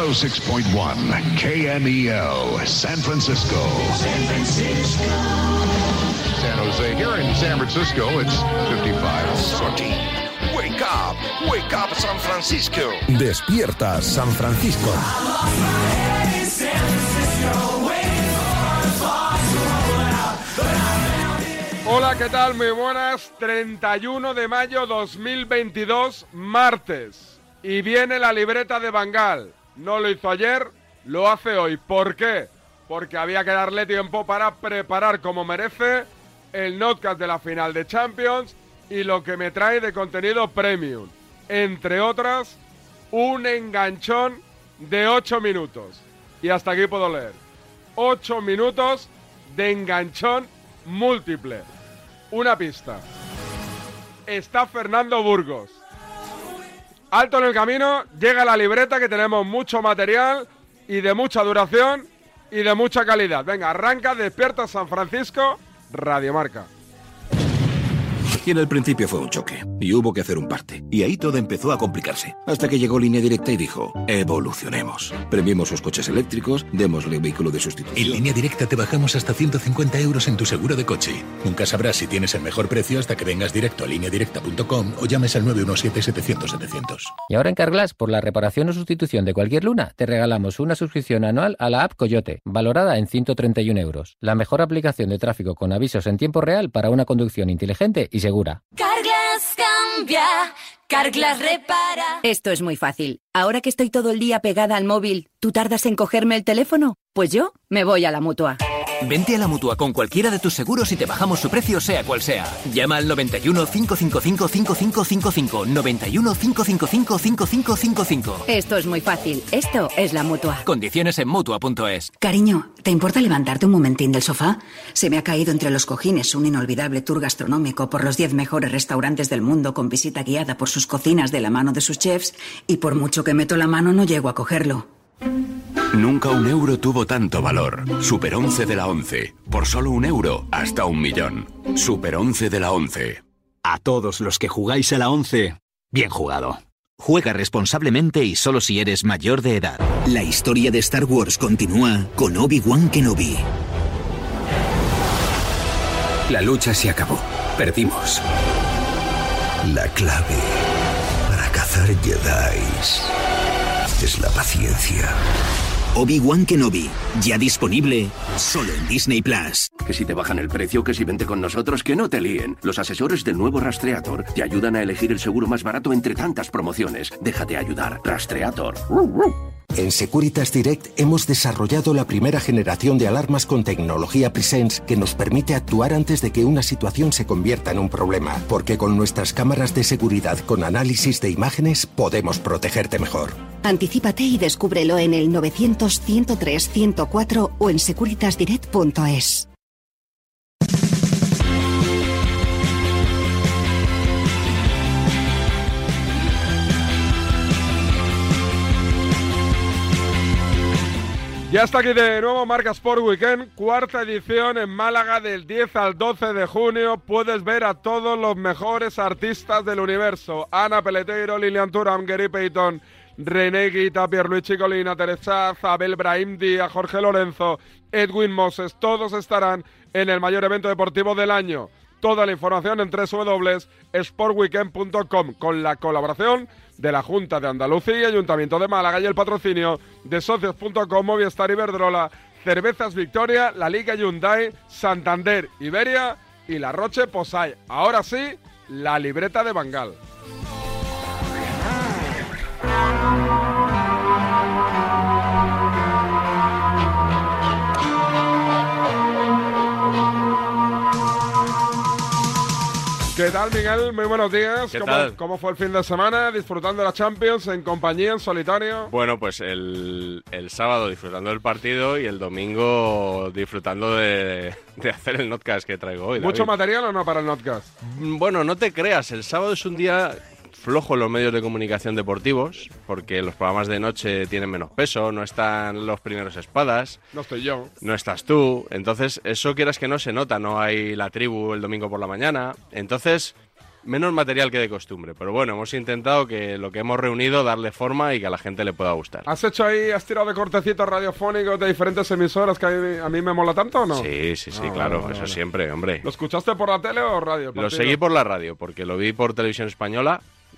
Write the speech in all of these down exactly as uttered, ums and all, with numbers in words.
one oh six point one K M E L, San Francisco. San Francisco. San Jose. Here in San Francisco, it's fifty-five. Sorty. Wake up. Wake up, San Francisco. Despierta, San Francisco. Hola, ¿qué tal? Muy buenas. treinta y uno de mayo dos mil veintidós, martes. Y viene la libreta de Van Gaal. No lo hizo ayer, lo hace hoy. ¿Por qué? Porque había que darle tiempo para preparar como merece el notcast de la final de Champions y lo que me trae de contenido premium. Entre otras, un enganchón de ocho minutos. Y hasta aquí puedo leer. ocho minutos de enganchón múltiple. Una pista. Está Fernando Burgos. Alto en el camino, llega la libreta que tenemos mucho material y de mucha duración y de mucha calidad. Venga, arranca, despierta San Francisco, Radio Marca. Y en el principio fue un choque, y hubo que hacer un parte. Y ahí todo empezó a complicarse. Hasta que llegó Línea Directa y dijo, evolucionemos. Premiemos sus coches eléctricos, démosle un vehículo de sustitución. En Línea Directa te bajamos hasta ciento cincuenta euros en tu seguro de coche. Nunca sabrás si tienes el mejor precio hasta que vengas directo a línea directa punto com o llames al nueve uno siete, setecientos, setecientos. Y ahora en Carglass, por la reparación o sustitución de cualquier luna, te regalamos una suscripción anual a la app Coyote, valorada en ciento treinta y un euros. La mejor aplicación de tráfico con avisos en tiempo real para una conducción inteligente y segura. Carglass cambia, Carglass repara. Esto es muy fácil. Ahora que estoy todo el día pegada al móvil, ¿tú tardas en cogerme el teléfono? Pues yo me voy a la Mutua. Vente a la Mutua con cualquiera de tus seguros y te bajamos su precio sea cual sea. Llama al noventa y uno, cinco cinco cinco, cinco cinco cinco cinco, noventa y uno, cinco cinco cinco, cinco cinco cinco cinco. Esto es muy fácil. Esto es la Mutua. Condiciones en Mutua punto es. Cariño, ¿te importa levantarte un momentín del sofá? Se me ha caído entre los cojines un inolvidable tour gastronómico por los diez mejores restaurantes del mundo con visita guiada por sus cocinas de la mano de sus chefs y por mucho que meto la mano no llego a cogerlo. Nunca un euro tuvo tanto valor. Super once de la once. Por solo un euro, hasta un millón. Super once de la once. A todos los que jugáis a la once, bien jugado. Juega responsablemente y solo si eres mayor de edad. La historia de Star Wars continúa con Obi-Wan Kenobi. La lucha se acabó. Perdimos. La clave para cazar Jedis es la paciencia. Obi-Wan Kenobi, ya disponible solo en Disney Plus. Que si te bajan el precio, que si vente con nosotros, que no te líen. Los asesores del nuevo Rastreator te ayudan a elegir el seguro más barato entre tantas promociones. Déjate ayudar. Rastreator. En Securitas Direct hemos desarrollado la primera generación de alarmas con tecnología Presence que nos permite actuar antes de que una situación se convierta en un problema, porque con nuestras cámaras de seguridad con análisis de imágenes podemos protegerte mejor. Anticípate y descúbrelo en el novecientos, ciento tres, ciento cuatro o en securitas direct punto es. Ya está aquí de nuevo Marca Sport Weekend, cuarta edición en Málaga del diez al doce de junio. Puedes ver a todos los mejores artistas del universo. Ana Peleteiro, Lilian Thuram, Gary Payton, René Guita, Pierluigi Colina, Teresa Abel Brahim Díaz, Jorge Lorenzo, Edwin Moses. Todos estarán en el mayor evento deportivo del año. Toda la información en doble u doble u doble u punto sport weekend punto com con la colaboración de la Junta de Andalucía, Ayuntamiento de Málaga y el patrocinio de socios punto com, Movistar, Iberdrola, Cervezas Victoria, la Liga Hyundai, Santander, Iberia y La Roche Posay. Ahora sí, la libreta de Van Gaal. ¿Qué tal, Miguel? Muy buenos días. ¿Qué ¿Cómo, tal? ¿Cómo fue el fin de semana? ¿Disfrutando de la Champions en compañía, en solitario? Bueno, pues el, el sábado disfrutando del partido y el domingo disfrutando de, de hacer el notcast que traigo hoy, ¿Mucho David. material o no para el notcast? Bueno, no te creas, el sábado es un día flojo en los medios de comunicación deportivos, porque los programas de noche tienen menos peso, no están los primeros espadas. No estoy yo. No estás tú, entonces eso quieras que no se nota, no hay la tribu el domingo por la mañana, entonces menos material que de costumbre. Pero bueno, hemos intentado que lo que hemos reunido darle forma y que a la gente le pueda gustar. ¿Has hecho ahí, has tirado de cortecitos radiofónicos de diferentes emisoras que a mí, a mí me mola tanto o no? Sí, sí, sí, Ah, claro, vale, vale, eso vale. siempre, hombre. ¿Lo escuchaste por la tele o radio? Lo seguí por la radio, porque lo vi por Televisión Española.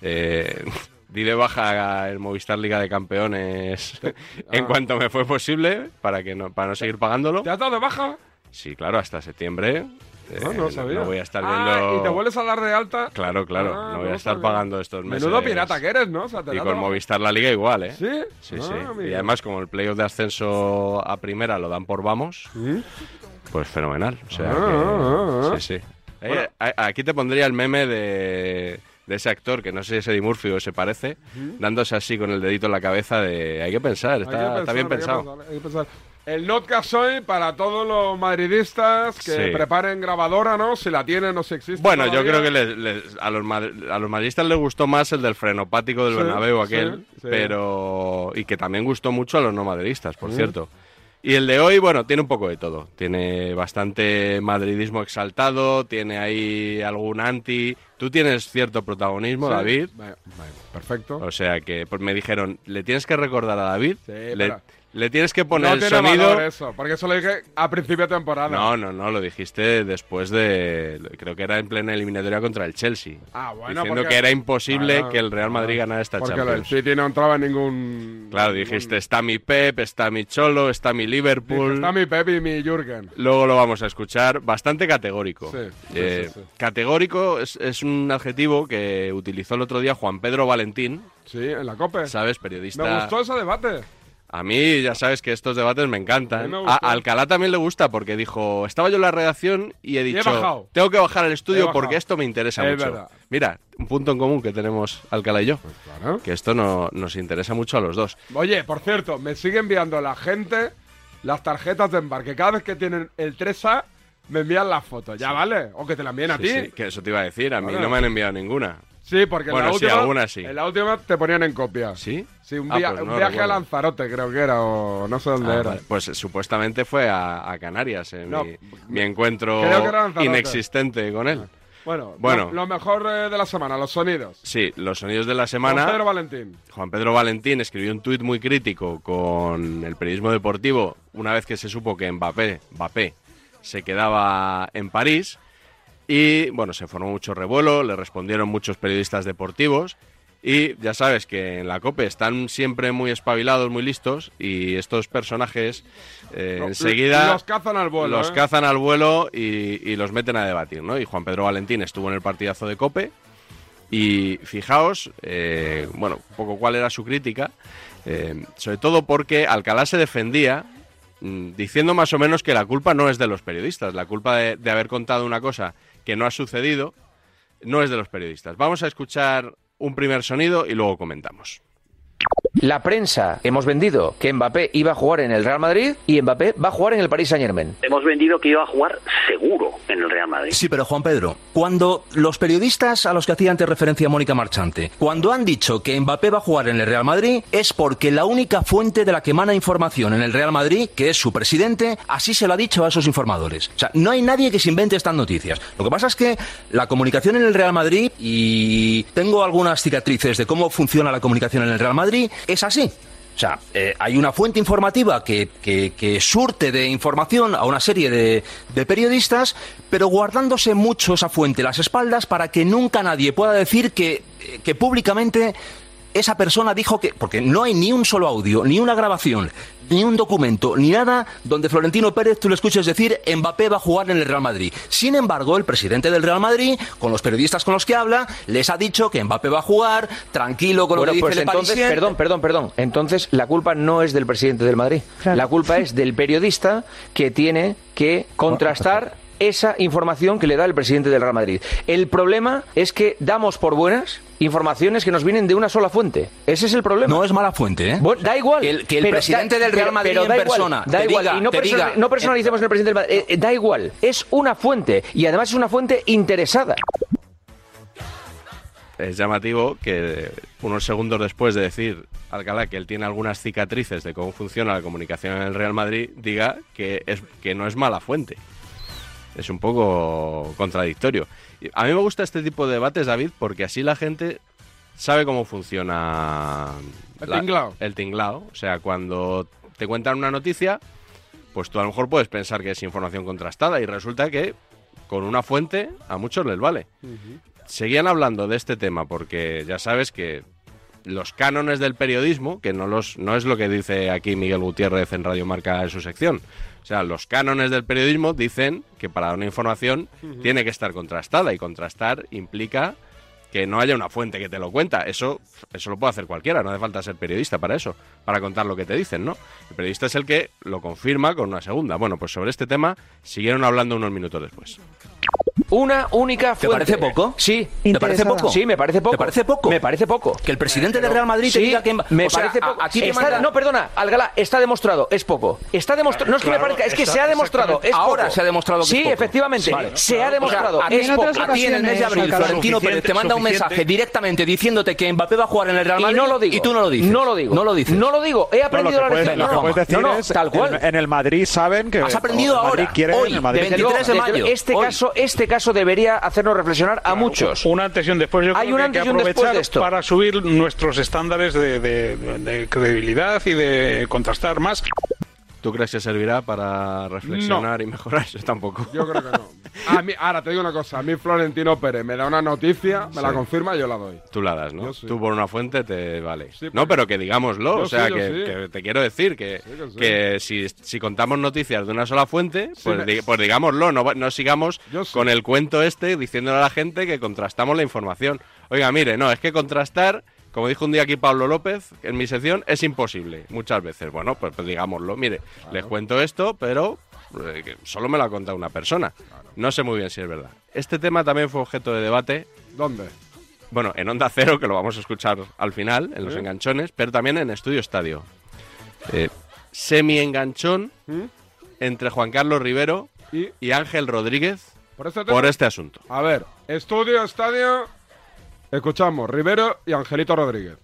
Eh, di de baja el Movistar Liga de Campeones en Ah. cuanto me fue posible, para que no, para no seguir pagándolo. ¿Te has dado de baja? Sí, claro, hasta septiembre. Eh, No, no sabía. no voy a estar Ah, viendo... ¿y te vuelves a dar de alta? Claro, claro, Ah, no voy a no estar sabía. pagando estos meses. Menudo pirata que eres, ¿no? O sea, te Y das con de baja. Movistar la Liga igual, ¿eh? ¿Sí? Sí, Ah, sí. amigo. Y además, como el playoff de ascenso a primera lo dan por vamos, pues fenomenal. O sea Ah, que... ah, ah. Sí, sí. Eh, Bueno. a- aquí te pondría el meme de... de ese actor, que no sé si es Eddie Murphy o se parece, Ujú. dándose así con el dedito en la cabeza de... Hay que pensar, está, Hay que está pensar, bien hay que pensado. pensar, hay que pensar. El notcast hoy para todos los madridistas que Sí. preparen grabadora, ¿no? Si la tienen o si existe. Bueno, yo todavía. creo que les- les- a, los madri- a los madridistas les gustó más el del frenopático del Sí, Bernabéu aquel, sí, sí. pero y que también gustó mucho a los no madridistas, por Mm. cierto. Y el de hoy, bueno, tiene un poco de todo. Tiene bastante madridismo exaltado, tiene ahí algún anti. Tú tienes cierto protagonismo, Sí. David. Vale, vale, perfecto. O sea que pues, me dijeron, le tienes que recordar a David, le, pero- le tienes que poner no el tiene sonido. valor eso, porque eso lo dije a principio de temporada. No, no, no, lo dijiste después de... Creo que era en plena eliminatoria contra el Chelsea. Ah, bueno, diciendo porque- que era imposible Claro, que el Real Madrid claro. ganara esta Porque Champions. el City no entraba en ningún... Claro, dijiste, está mi Pep, está mi Cholo, está mi Liverpool... Dije, está mi Pep y mi Jürgen. Luego lo vamos a escuchar, bastante categórico. Sí, sí, Eh, sí, sí. Categórico es, es un adjetivo que utilizó el otro día Juan Pedro Valentín. Sí, en la COPE. ¿Sabes? Periodista... Me gustó ese debate. A mí ya sabes que estos debates me A encantan. mí me A, gustó. a Alcalá también le gusta porque dijo, estaba yo en la redacción y he he dicho, bajado. tengo que bajar al He estudio bajado. porque esto me interesa Es mucho. verdad. Mira, un punto en común que tenemos Alcalá y yo, Claro. que esto no, nos interesa mucho a los dos. Oye, por cierto, me sigue enviando la gente las tarjetas de embarque. Cada vez que tienen el tres A, me envían las fotos. Ya vale. O que te la envíen a Sí, ti. sí, que eso te iba a decir, a mí Vale. no me han enviado ninguna. Sí, porque Bueno, en la sí, última, algunas sí. en la última te ponían en copia. ¿Sí? Sí, un, Ah, via- pues no un viaje recuerdo. a Lanzarote creo que era, o no sé dónde Ah, era. vale. Pues eh, supuestamente fue a, a Canarias, eh, No, mi, mi encuentro creo que era Lanzarote. inexistente con él. Bueno, Bueno. Lo, lo mejor eh, de la semana, los sonidos. Sí, los sonidos de la semana. Juan Pedro Valentín. Juan Pedro Valentín escribió un tuit muy crítico con el periodismo deportivo una vez que se supo que Mbappé, Mbappé se quedaba en París y bueno, se formó mucho revuelo, le respondieron muchos periodistas deportivos y ya sabes que en la COPE están siempre muy espabilados, muy listos y estos personajes eh, Lo- enseguida los cazan al vuelo, los ¿eh? cazan al vuelo y, y los meten a debatir, ¿no? Y Juan Pedro Valentín estuvo en el partidazo de COPE. Y fijaos, eh, bueno, un poco cuál era su crítica, eh, sobre todo porque Alcalá se defendía mm, diciendo más o menos que la culpa no es de los periodistas, la culpa de, de haber contado una cosa que no ha sucedido no es de los periodistas. Vamos a escuchar un primer sonido y luego comentamos. La prensa hemos vendido que Mbappé iba a jugar en el Real Madrid y Mbappé va a jugar en el Paris Saint-Germain. Hemos vendido que iba a jugar seguro en el Real Madrid. Sí, pero Juan Pedro, cuando los periodistas a los que hacía antes referencia Mónica Marchante, cuando han dicho que Mbappé va a jugar en el Real Madrid, es porque la única fuente de la que emana información en el Real Madrid, que es su presidente, así se lo ha dicho a esos informadores. O sea, no hay nadie que se invente estas noticias. Lo que pasa es que la comunicación en el Real Madrid, y tengo algunas cicatrices de cómo funciona la comunicación en el Real Madrid, es así. O sea, eh, hay una fuente informativa que, que, que surte de información a una serie de, de periodistas, pero guardándose mucho esa fuente a las espaldas para que nunca nadie pueda decir que, que públicamente esa persona dijo que... Porque no hay ni un solo audio, ni una grabación, ni un documento, ni nada donde Florentino Pérez tú le escuches decir Mbappé va a jugar en el Real Madrid. Sin embargo, el presidente del Real Madrid, con los periodistas con los que habla, les ha dicho que Mbappé va a jugar, tranquilo con Bueno, lo que dice pues el entonces, Parisien. perdón, perdón, perdón. Entonces la culpa no es del presidente del Madrid. La culpa es del periodista que tiene que contrastar esa información que le da el presidente del Real Madrid. El problema es que damos por buenas informaciones que nos vienen de una sola fuente. Ese es el problema. No es mala fuente, ¿eh? Bueno, da igual. Que el, que el pero presidente da- del Real pero- Madrid pero en da igual, persona da te igual. diga- y no, te persona- diga- no personalicemos en el presidente del Madrid. Eh, eh, da igual. Es una fuente. Y además es una fuente interesada. Es llamativo que unos segundos después de decir Alcalá que él tiene algunas cicatrices de cómo funciona la comunicación en el Real Madrid, diga que, es, que no es mala fuente. es un poco contradictorio. A mí me gusta este tipo de debates, David, porque así la gente sabe cómo funciona el la, tinglao. El tinglao. O sea, cuando te cuentan una noticia, pues tú a lo mejor puedes pensar que es información contrastada y resulta que con una fuente a muchos les vale. Uh-huh. Seguían hablando de este tema porque ya sabes que los cánones del periodismo, que no, los, no es lo que dice aquí Miguel Gutiérrez en Radio Marca en su sección, o sea, los cánones del periodismo dicen que para dar una información uh-huh. tiene que estar contrastada, y contrastar implica que no haya una fuente que te lo cuenta. Eso, eso lo puede hacer cualquiera, no hace falta ser periodista para eso, para contar lo que te dicen, ¿no? El periodista es el que lo confirma con una segunda. Bueno, pues sobre este tema siguieron hablando unos minutos después. Una única fuente. ¿Te parece poco? Sí. ¿Te parece poco? Sí, me parece poco. ¿Te parece poco? Me parece poco. Que el presidente del Real Madrid sí, te diga que... me o sea, parece poco. Aquí está, manda... No, perdona, Algalá, está demostrado, es poco. Está demostrado, no es que claro, me parezca, es que está, se ha demostrado, es ahora poco. se ha demostrado que sí, es poco. efectivamente, Vale. se ha demostrado, O sea, es poco. A ti en el mes de abril, Florentino Pérez te manda un mensaje directamente diciéndote que Mbappé va a jugar en el Real Madrid y no lo digo. Y tú no lo dices. No lo digo. No lo dices. No lo digo. He aprendido no, la lección. Lo que puedes decir no, no, es, tal cual. En, en el Madrid saben que... Has aprendido ahora, hoy, veintitrés de mayo. Este caso, este caso debería hacernos reflexionar a muchos. Un antes y un después. Yo Hay creo un que antes hay y que un después aprovechar de esto. para subir nuestros estándares de, de, de credibilidad y de contrastar más. ¿Tú crees que servirá para reflexionar no. y mejorar? Yo tampoco. Yo creo que no. A mí, ahora te digo una cosa, a mí Florentino Pérez me da una noticia, me sí. la confirma y yo la doy. Tú la das, ¿no? Sí. Tú por una fuente te vale. Sí, no, pero que digámoslo, o sea, sí, que, sí. que te quiero decir que, sí, que, sí. que si, si contamos noticias de una sola fuente, pues, me... di, pues digámoslo, no, no sigamos con el cuento este diciéndole a la gente que contrastamos la información. Oiga, mire, no, es que contrastar... Como dijo un día aquí Pablo López, en mi sección, es imposible, muchas veces. Bueno, pues, pues digámoslo. Mire, claro. les cuento esto, pero eh, solo me lo ha contado una persona. Claro. No sé muy bien si es verdad. Este tema también fue objeto de debate. ¿Dónde? Bueno, en Onda Cero, que lo vamos a escuchar al final, en los ¿Sí? enganchones, pero también en Estudio Estadio. Eh, semi-enganchón ¿Mm? entre Juan Carlos Rivero ¿Y? y Ángel Rodríguez ¿Por este, por este asunto. A ver, Estudio Estadio... Escuchamos, Rivero y Angelito Rodríguez.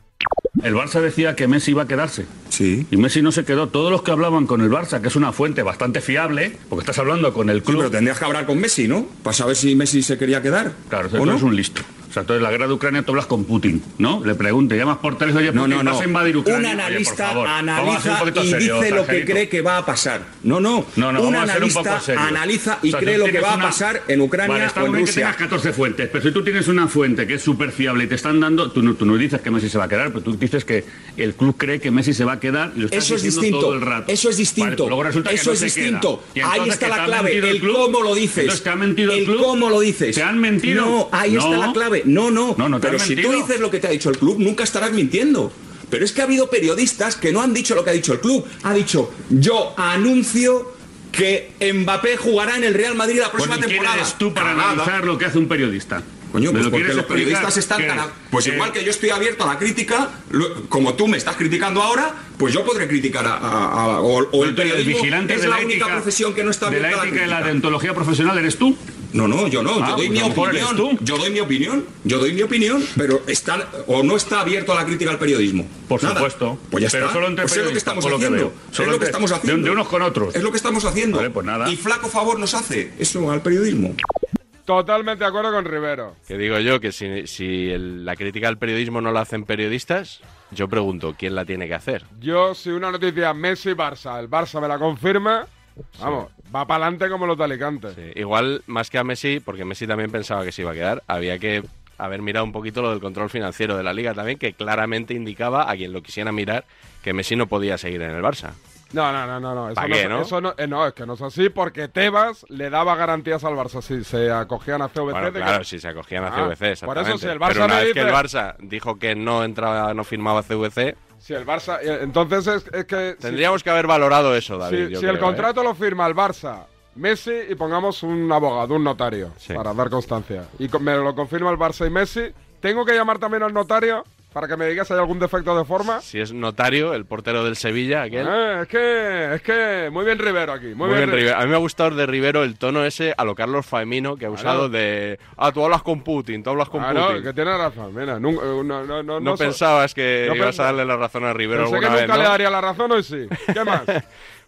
El Barça decía que Messi iba a quedarse. Sí. Y Messi no se quedó. Todos los que hablaban con el Barça, que es una fuente bastante fiable, porque estás hablando con el club... Sí, pero tendrías que hablar con Messi, ¿no? Para saber si Messi se quería quedar. Claro, tú no? eres un listo. O sea, entonces la guerra de Ucrania tú hablas con Putin, ¿no? Le pregunte, llamas por teléfono, oye, no, Putin, no, no. vas a invadir Ucrania. Un analista oye, por favor, analiza un y serio, dice lo Angelito. que cree que va a pasar. No, no. no, no un vamos analista a ser un poco serios. analiza y o sea, cree lo que va una... a pasar en Ucrania vale, está o en bien Rusia. Que tengas catorce fuentes, pero si tú tienes una fuente que es súper fiable y te están dando, tú no, tú no dices que Messi se va a quedar, pero tú dices que el club cree que Messi se va a quedar y lo estás Eso es diciendo distinto. todo el rato. Eso es distinto. Vale, pues luego resulta Eso que no es se distinto. Queda. Ahí está la clave. El, el club? cómo lo dices. Entonces, ¿te han mentido el, el club? cómo lo dices. ¿Te han mentido? No, ahí no. está la clave. No, no. no, no te pero han si mentido. tú dices lo que te ha dicho el club, nunca estarás mintiendo. Pero es que ha habido periodistas que no han dicho lo que ha dicho el club. Ha dicho, yo anuncio que Mbappé jugará en el Real Madrid la próxima pues, temporada. ¿Quién eres tú para Nada. analizar lo que hace un periodista? Coño, pues porque los periodistas explicar? están ¿Qué? tan... Pues ¿Qué? igual que yo estoy abierto a la crítica, lo, como tú me estás criticando ahora, pues yo podré criticar a... a, a o, o el periodismo el vigilante es de la, la única ética, profesión que no está abierta de la a la ética y crítica. la deontología profesional eres tú. No, no, yo no, ah, yo doy pues mi opinión, tú. yo doy mi opinión, yo doy mi opinión, pero está o no está abierto a la crítica al periodismo. Por Nada. supuesto. Pues ya pero está. Solo entre pues es lo que estamos lo haciendo. Que es solo lo que entre, estamos haciendo. De, de unos con otros. Es lo que estamos haciendo. Vale, pues nada. Y flaco favor nos hace eso al periodismo. Totalmente de acuerdo con Rivero. Que digo yo que si, si el, la crítica al periodismo no la hacen periodistas, yo pregunto, ¿quién la tiene que hacer? Yo, si una noticia Messi-Barça, el Barça me la confirma, vamos, sí. va para adelante como los de Alicante. Sí. Igual, más que a Messi, porque Messi también pensaba que se iba a quedar, había que haber mirado un poquito lo del control financiero de la Liga también, que claramente indicaba a quien lo quisiera mirar que Messi no podía seguir en el Barça. No, no, no, no, no. Eso, ¿Para no, qué, no? Eso no, eh, no, es que no es así porque Tebas le daba garantías al Barça si se acogían a C V C. Bueno, de claro, que... si se acogían a ah, C V C, exactamente. Por eso si el Barça Pero una me vez dice... que el Barça dijo que no entraba, no firmaba C V C... Si el Barça... Entonces es, es que... Tendríamos si, que haber valorado eso, David. Si, yo si creo, el contrato ¿eh? lo firma el Barça, Messi y pongamos un abogado, un notario, sí. para dar constancia, y me lo confirma el Barça y Messi, ¿tengo que llamar también al notario para que me digas si hay algún defecto de forma? Si es notario, el portero del Sevilla, aquel. Eh, es que, es que, muy bien Rivero aquí. Muy, muy bien, bien Rivero. A mí me ha gustado de Rivero el tono ese a lo Carlos Faemino que ha claro. usado de. Ah, tú hablas con Putin, tú hablas con ah, Putin. No, que tienes razón, mira. No, no, no, no, no, no pensabas que no ibas a darle la razón a Rivero Pensé alguna que vez, nunca ¿no? le daría la razón, hoy sí. ¿Qué más?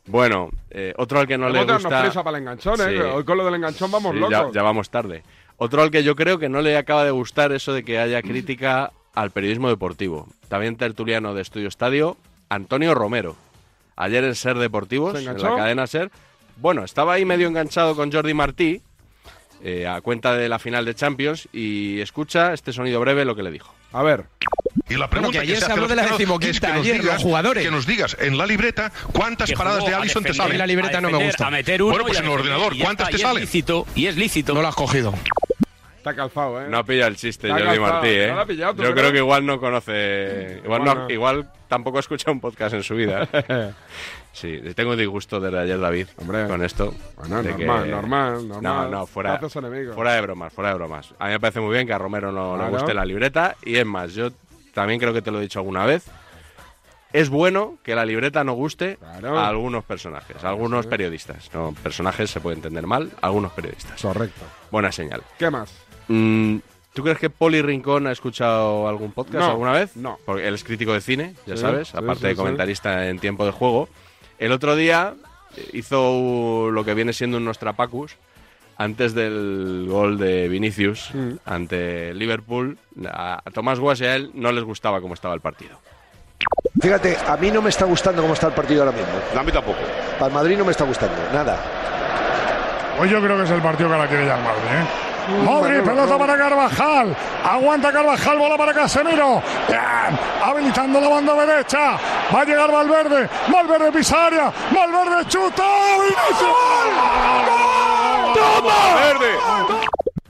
Bueno, eh, otro al que no Vamos le a gusta... darnos prisa para el enganchón, ¿eh? Sí. Hoy con lo del enganchón vamos Sí, locos. ya, ya vamos tarde. Otro al que yo creo que no le acaba de gustar eso de que haya crítica al periodismo deportivo. También tertuliano de Estudio Estadio, Antonio Romero. Ayer en Ser Deportivos, ¿Se en enganchó? la cadena Ser. Bueno, estaba ahí medio enganchado con Jordi Martí, eh, a cuenta de la final de Champions, y escucha este sonido breve lo que le dijo. A ver. Y la Bueno, pregunta que ayer que se hace habló a los de la aficionados decimoquinta es que nos ayer, digas, los jugadores. que nos digas en la libreta cuántas Que paradas jugó de a Alisson te defender. salen. En la libreta no me A gusta. A meter uno Bueno, pues y a en el defender. ordenador, Y ya ¿cuántas está, te y es salen? lícito, y es lícito. No lo has cogido. Está calzado, ¿eh? No ha pillado el chiste, Está Jordi calzado. Martí, ¿eh? No lo ha pillado, ¿tú Yo crees? creo que igual no conoce... Igual, Bueno. no, igual tampoco ha escuchado un podcast en su vida. Sí, tengo disgusto desde ayer, David, Hombre. con esto. Bueno, de normal, que- normal, normal. No, no, fuera, Te haces enemigo. fuera de bromas, fuera de bromas. A mí me parece muy bien que a Romero no le Claro. guste la libreta. Y es más, yo también creo que te lo he dicho alguna vez. Es bueno que la libreta no guste Claro. a algunos personajes, a algunos sí. periodistas. No, personajes se puede entender mal, algunos periodistas. Correcto. Buena señal. ¿Qué más? Mm, ¿Tú crees que Poli Rincón ha escuchado algún podcast No, alguna vez? no. Porque él es crítico de cine, ya Sí, sabes, sí, aparte sí, de sí. comentarista en Tiempo de Juego. El otro día hizo lo que viene siendo un Nostrapacus antes del gol de Vinicius Mm. ante Liverpool. A a Tomás Guas y a él no les gustaba cómo estaba el partido. Fíjate, a mí no me está gustando cómo está el partido ahora mismo. A mí tampoco. Para el Madrid no me está gustando, nada. Hoy yo creo que es el partido que la quiere ya el Madrid, ¿eh? Modric, pelota para Carvajal. Aguanta Carvajal, bola para Casemiro. Bien, habilitando la banda derecha. Va a llegar Valverde. Valverde pisa área. Valverde chuta. ¡Vinicius! ¡Gol! ¡Toma! ¡Verde!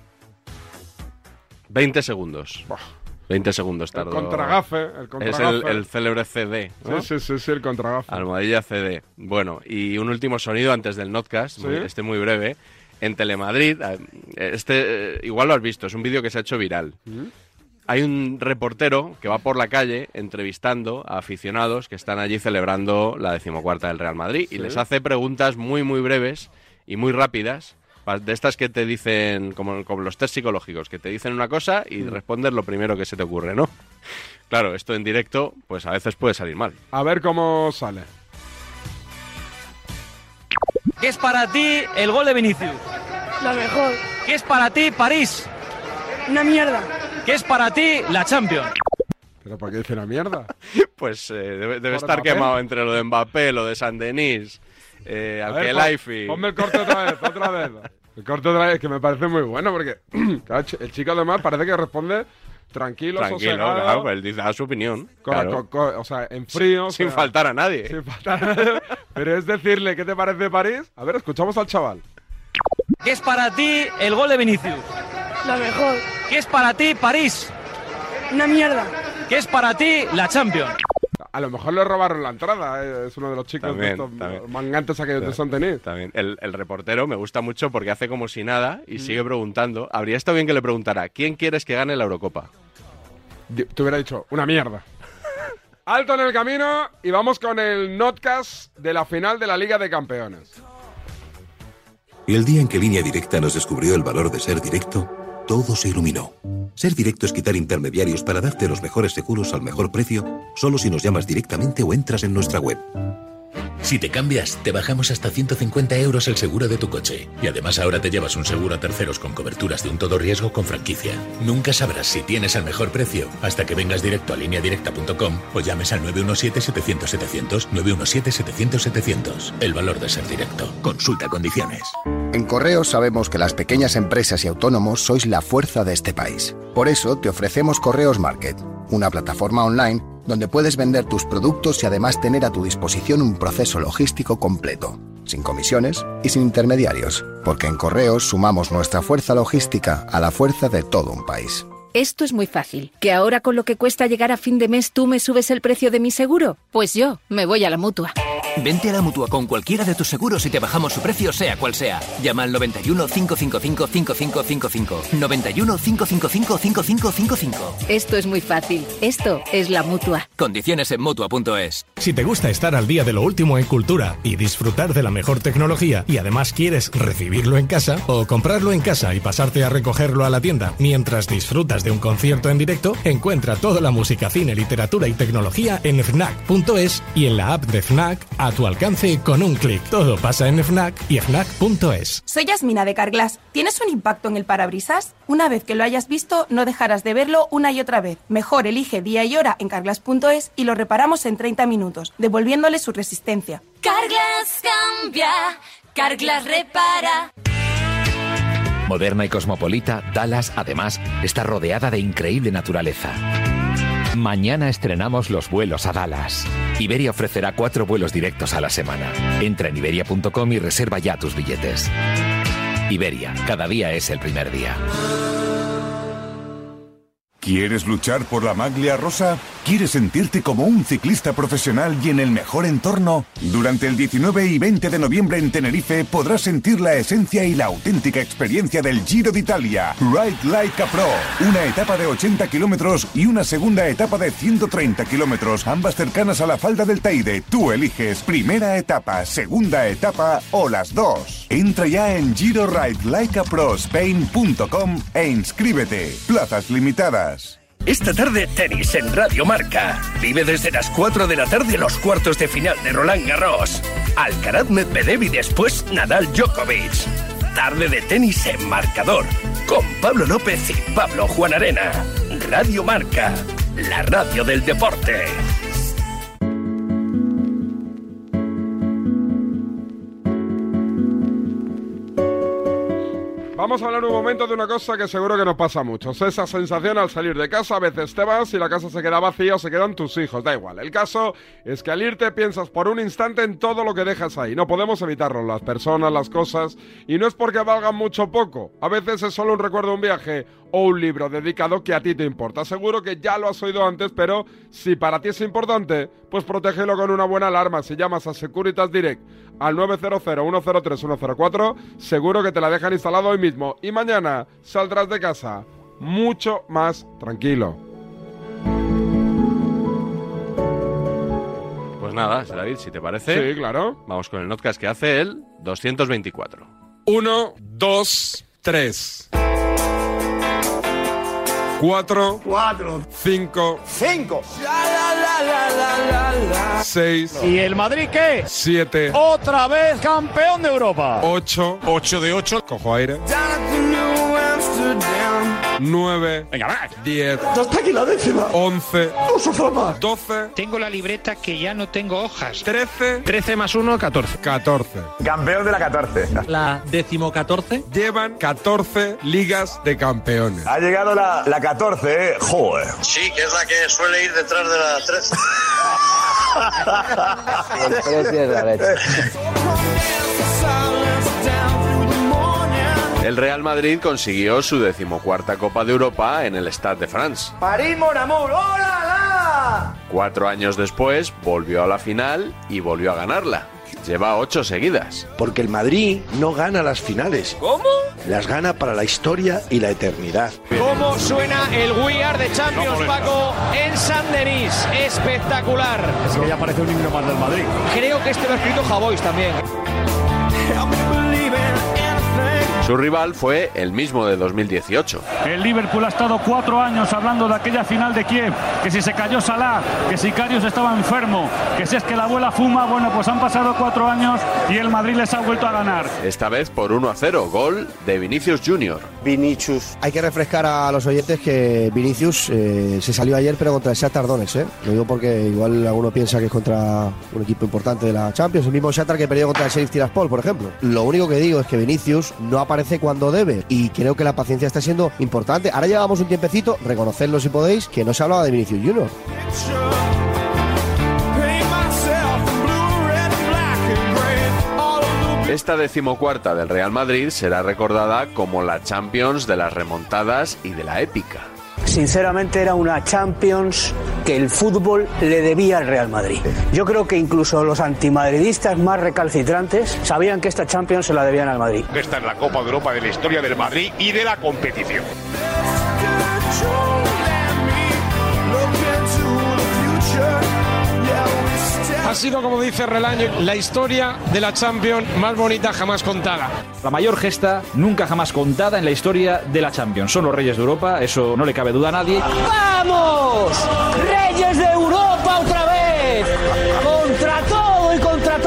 veinte segundos. veinte segundos El tardó. contragafe, el Es contragafe. el, el célebre C D, ¿no? Sí, sí, sí, sí, el contragafe. Almohadilla C D. Bueno, y un último sonido antes del notcast, Sí. muy- este muy breve. En Telemadrid, eh, este eh, igual lo has visto, es un vídeo que se ha hecho viral. ¿Mm? Hay un reportero que va por la calle entrevistando a aficionados que están allí celebrando la decimocuarta del Real Madrid y Sí. les hace preguntas muy, muy breves y muy rápidas, pa- de estas que te dicen, como, como los test psicológicos, que te dicen una cosa y Mm. respondes lo primero que se te ocurre, ¿no? Claro, esto en directo, pues a veces puede salir mal. A ver cómo sale. ¿Qué es para ti el gol de Vinicius? Lo mejor. ¿Qué es para ti París? Una mierda. ¿Qué es para ti la Champions? ¿Pero por qué dice una mierda? Pues eh, debe, debe ¿Por estar Mbappé? quemado entre lo de Mbappé, lo de San Denis, eh, A ver, Alkelaifi. pon- Ponme el corte otra vez, otra vez. El corte otra vez, que me parece muy bueno, porque claro, el chico además parece que responde tranquilo, Tranquilo, sosegado, claro, pues él dice da su opinión. con- claro. con- con- o sea, en frío. Sin o sea, faltar a nadie. Sin faltar a nadie. Pero es decirle, ¿qué te parece París? A ver, escuchamos al chaval. ¿Qué es para ti el gol de Vinicius? Lo mejor. ¿Qué es para ti París? Una mierda. ¿Qué es para ti la Champions? A lo mejor le robaron la entrada, eh, es uno de los chicos También, de estos también. mangantes aquellos de Santenís. También. El, el reportero me gusta mucho porque hace como si nada Mm. y sigue preguntando. Habría estado bien que le preguntara, ¿quién quieres que gane la Eurocopa? Di- Te hubiera dicho, una mierda. Alto en el camino y vamos con el notcast de la final de la Liga de Campeones. Y el día en que Línea Directa nos descubrió el valor de ser directo, todo se iluminó. Ser directo es quitar intermediarios para darte los mejores seguros al mejor precio, solo si nos llamas directamente o entras en nuestra web. Si te cambias, te bajamos hasta ciento cincuenta euros el seguro de tu coche. Y además ahora te llevas un seguro a terceros con coberturas de un todo riesgo con franquicia. Nunca sabrás si tienes el mejor precio hasta que vengas directo a línea directa punto com o llames al nueve uno siete, setecientos, setecientos, nueve uno siete, setecientos, setecientos. El valor de ser directo. Consulta condiciones. En Correos sabemos que las pequeñas empresas y autónomos sois la fuerza de este país. Por eso te ofrecemos Correos Market, una plataforma online donde puedes vender tus productos y además tener a tu disposición un proceso logístico completo, sin comisiones y sin intermediarios, porque en Correos sumamos nuestra fuerza logística a la fuerza de todo un país. Esto es muy fácil. ¿Que ahora con lo que cuesta llegar a fin de mes tú me subes el precio de mi seguro? Pues yo me voy a la Mutua. Vente a la Mutua con cualquiera de tus seguros y te bajamos su precio sea cual sea. Llama al noventa y uno, cinco cinco cinco, cinco cinco cinco cinco. noventa y uno, cinco cinco cinco, cinco cinco cinco cinco. Esto es muy fácil. Esto es la Mutua. Condiciones en Mutua punto es. Si te gusta estar al día de lo último en cultura y disfrutar de la mejor tecnología y además quieres recibirlo en casa o comprarlo en casa y pasarte a recogerlo a la tienda mientras disfrutas de un concierto en directo, encuentra toda la música, cine, literatura y tecnología en fnac punto es y en la app de Fnac, a tu alcance con un clic. Todo pasa en Fnac y Fnac punto es. Soy Yasmina de Carglass. ¿Tienes un impacto en el parabrisas? Una vez que lo hayas visto, no dejarás de verlo una y otra vez. Mejor elige día y hora en Carglass punto es y lo reparamos en treinta minutos, devolviéndole su resistencia. Carglass cambia, Carglass repara. Moderna y cosmopolita, Dallas, además, está rodeada de increíble naturaleza. Mañana estrenamos los vuelos a Dallas. Iberia ofrecerá cuatro vuelos directos a la semana. Entra en iberia punto com y reserva ya tus billetes. Iberia, cada día es el primer día. ¿Quieres luchar por la maglia rosa? ¿Quieres sentirte como un ciclista profesional y en el mejor entorno? Durante el diecinueve y veinte de noviembre en Tenerife podrás sentir la esencia y la auténtica experiencia del Giro de Italia. Ride Like a Pro. Una etapa de ochenta kilómetros y una segunda etapa de ciento treinta kilómetros, ambas cercanas a la falda del Teide. Tú eliges primera etapa, segunda etapa o las dos. Entra ya en giro ride like a pro spain punto com e inscríbete. Plazas limitadas. Esta tarde tenis en Radio Marca. Vive desde las cuatro de la tarde los cuartos de final de Roland Garros. Alcaraz, Medvedev y después Nadal, Djokovic. Tarde de tenis en Marcador. Con Pablo López y Pablo Juan Arena. Radio Marca. La radio del deporte. Vamos a hablar un momento de una cosa que seguro que nos pasa a muchos. Esa sensación al salir de casa, a veces te vas y la casa se queda vacía o se quedan tus hijos, da igual. El caso es que al irte piensas por un instante en todo lo que dejas ahí. No podemos evitarlo, las personas, las cosas, y no es porque valgan mucho o poco. A veces es solo un recuerdo de un viaje o un libro dedicado que a ti te importa. Seguro que ya lo has oído antes, pero si para ti es importante, pues protégelo con una buena alarma. Si llamas a Securitas Direct al nueve cero cero, uno cero tres, uno cero cuatro, seguro que te la dejan instalado hoy mismo y mañana saldrás de casa mucho más tranquilo. Pues nada, David, si te parece. Sí, claro. Vamos con el notcast que hace el doscientos veinticuatro. Uno, dos, tres. Cuatro. Cuatro. Cinco. Cinco. Seis. ¿Y el Madrid qué? Siete. Otra vez campeón de Europa. Ocho. Ocho de ocho. Cojo aire. Nueve. Venga, va. Diez. Ya está aquí la décima. Once. Uso fama. Doce. Tengo la libreta que ya no tengo hojas. Trece. Trece más uno, catorce. Catorce. Campeón de la catorce. La decimocatorce. Llevan catorce ligas de campeones. Ha llegado la, la catorce, ¿eh? Joder. Sí, que es la que suele ir detrás de la trece. El precio es la leche. El Real Madrid consiguió su decimocuarta Copa de Europa en el Stade de France. París, mon amour, ¡hola! Cuatro años después volvió a la final y volvió a ganarla. Lleva ocho seguidas. Porque el Madrid no gana las finales. ¿Cómo? Las gana para la historia y la eternidad. ¿Cómo suena el We Are the Champions, Paco, en San Denis? Espectacular. Es que ya parece un himno más del Madrid. Creo que este lo ha escrito Javois también. Su rival fue el mismo de dos mil dieciocho. El Liverpool ha estado cuatro años hablando de aquella final de Kiev, que si se cayó Salah, que si Karius estaba enfermo, que si es que la abuela fuma. Bueno, pues han pasado cuatro años y el Madrid les ha vuelto a ganar. Esta vez por uno a cero, gol de Vinicius Junior. Vinicius. Hay que refrescar a los oyentes que Vinicius eh, se salió ayer, pero contra el Shakhtar Donetsk, ¿eh? Lo digo porque igual alguno piensa que es contra un equipo importante de la Champions, el mismo Shakhtar que perdió contra el Sheriff Tiraspol, por ejemplo. Lo único que digo es que Vinicius no aparece cuando debe y creo que la paciencia está siendo importante. Ahora llevamos un tiempecito, reconocerlo si podéis, que no se hablaba de Vinicius Junior. Esta decimocuarta del Real Madrid será recordada como la Champions de las remontadas y de la épica. Sinceramente era una Champions que el fútbol le debía al Real Madrid. Yo creo que incluso los antimadridistas más recalcitrantes sabían que esta Champions se la debían al Madrid. Esta es la Copa de Europa de la historia del Madrid y de la competición. Ha sido, como dice Relaño, la historia de la Champions más bonita jamás contada. La mayor gesta nunca jamás contada en la historia de la Champions. Son los reyes de Europa, eso no le cabe duda a nadie. ¡Vamos! ¡Reyes de Europa otra vez! ¡Contra todo y contra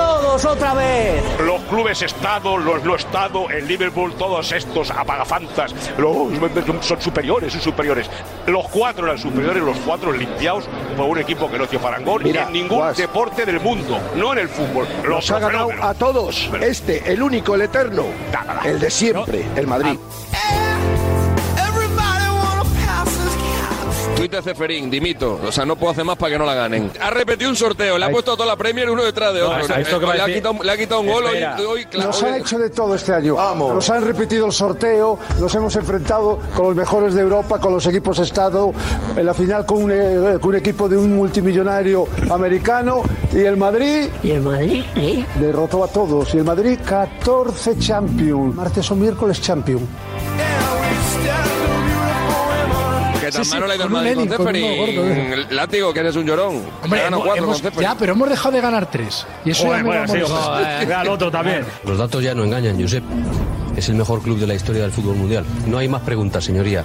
otra vez. Los clubes Estado, los no Estado, el Liverpool, todos estos apagafantas, los, son superiores, son superiores. Los cuatro eran superiores, los cuatro limpiados por un equipo que no hizo parangón Mira, en ningún Guas. deporte del mundo, no en el fútbol. Los ha ganado a todos. Este, el único, el eterno, el de siempre, el Madrid. Twitter Ceferín, dimito. O sea, no puedo hacer más para que no la ganen. Ha repetido un sorteo, le ha puesto a toda la Premier uno detrás de otro. No, esto que le, ha quitado, le ha quitado un gol hoy, hoy claro. Nos han hecho de todo este año. Vamos. Nos han repetido el sorteo, nos hemos enfrentado con los mejores de Europa, con los equipos Estado, en la final con un, eh, con un equipo de un multimillonario americano. Y el Madrid... ¿Y el Madrid qué? Derrotó a todos. Y el Madrid, catorce Champions. Martes o miércoles Champions. Que tan sí, sí, malo le ha ido al Madrid con Ceferín. Látigo, que eres un llorón. Hombre, hemos, cuatro hemos, con ya, pero hemos dejado de ganar tres. Y eso bueno, bueno, sí, joder, al otro también. Los datos ya no engañan, Josep. Es el mejor club de la historia del fútbol mundial. No hay más preguntas, señoría.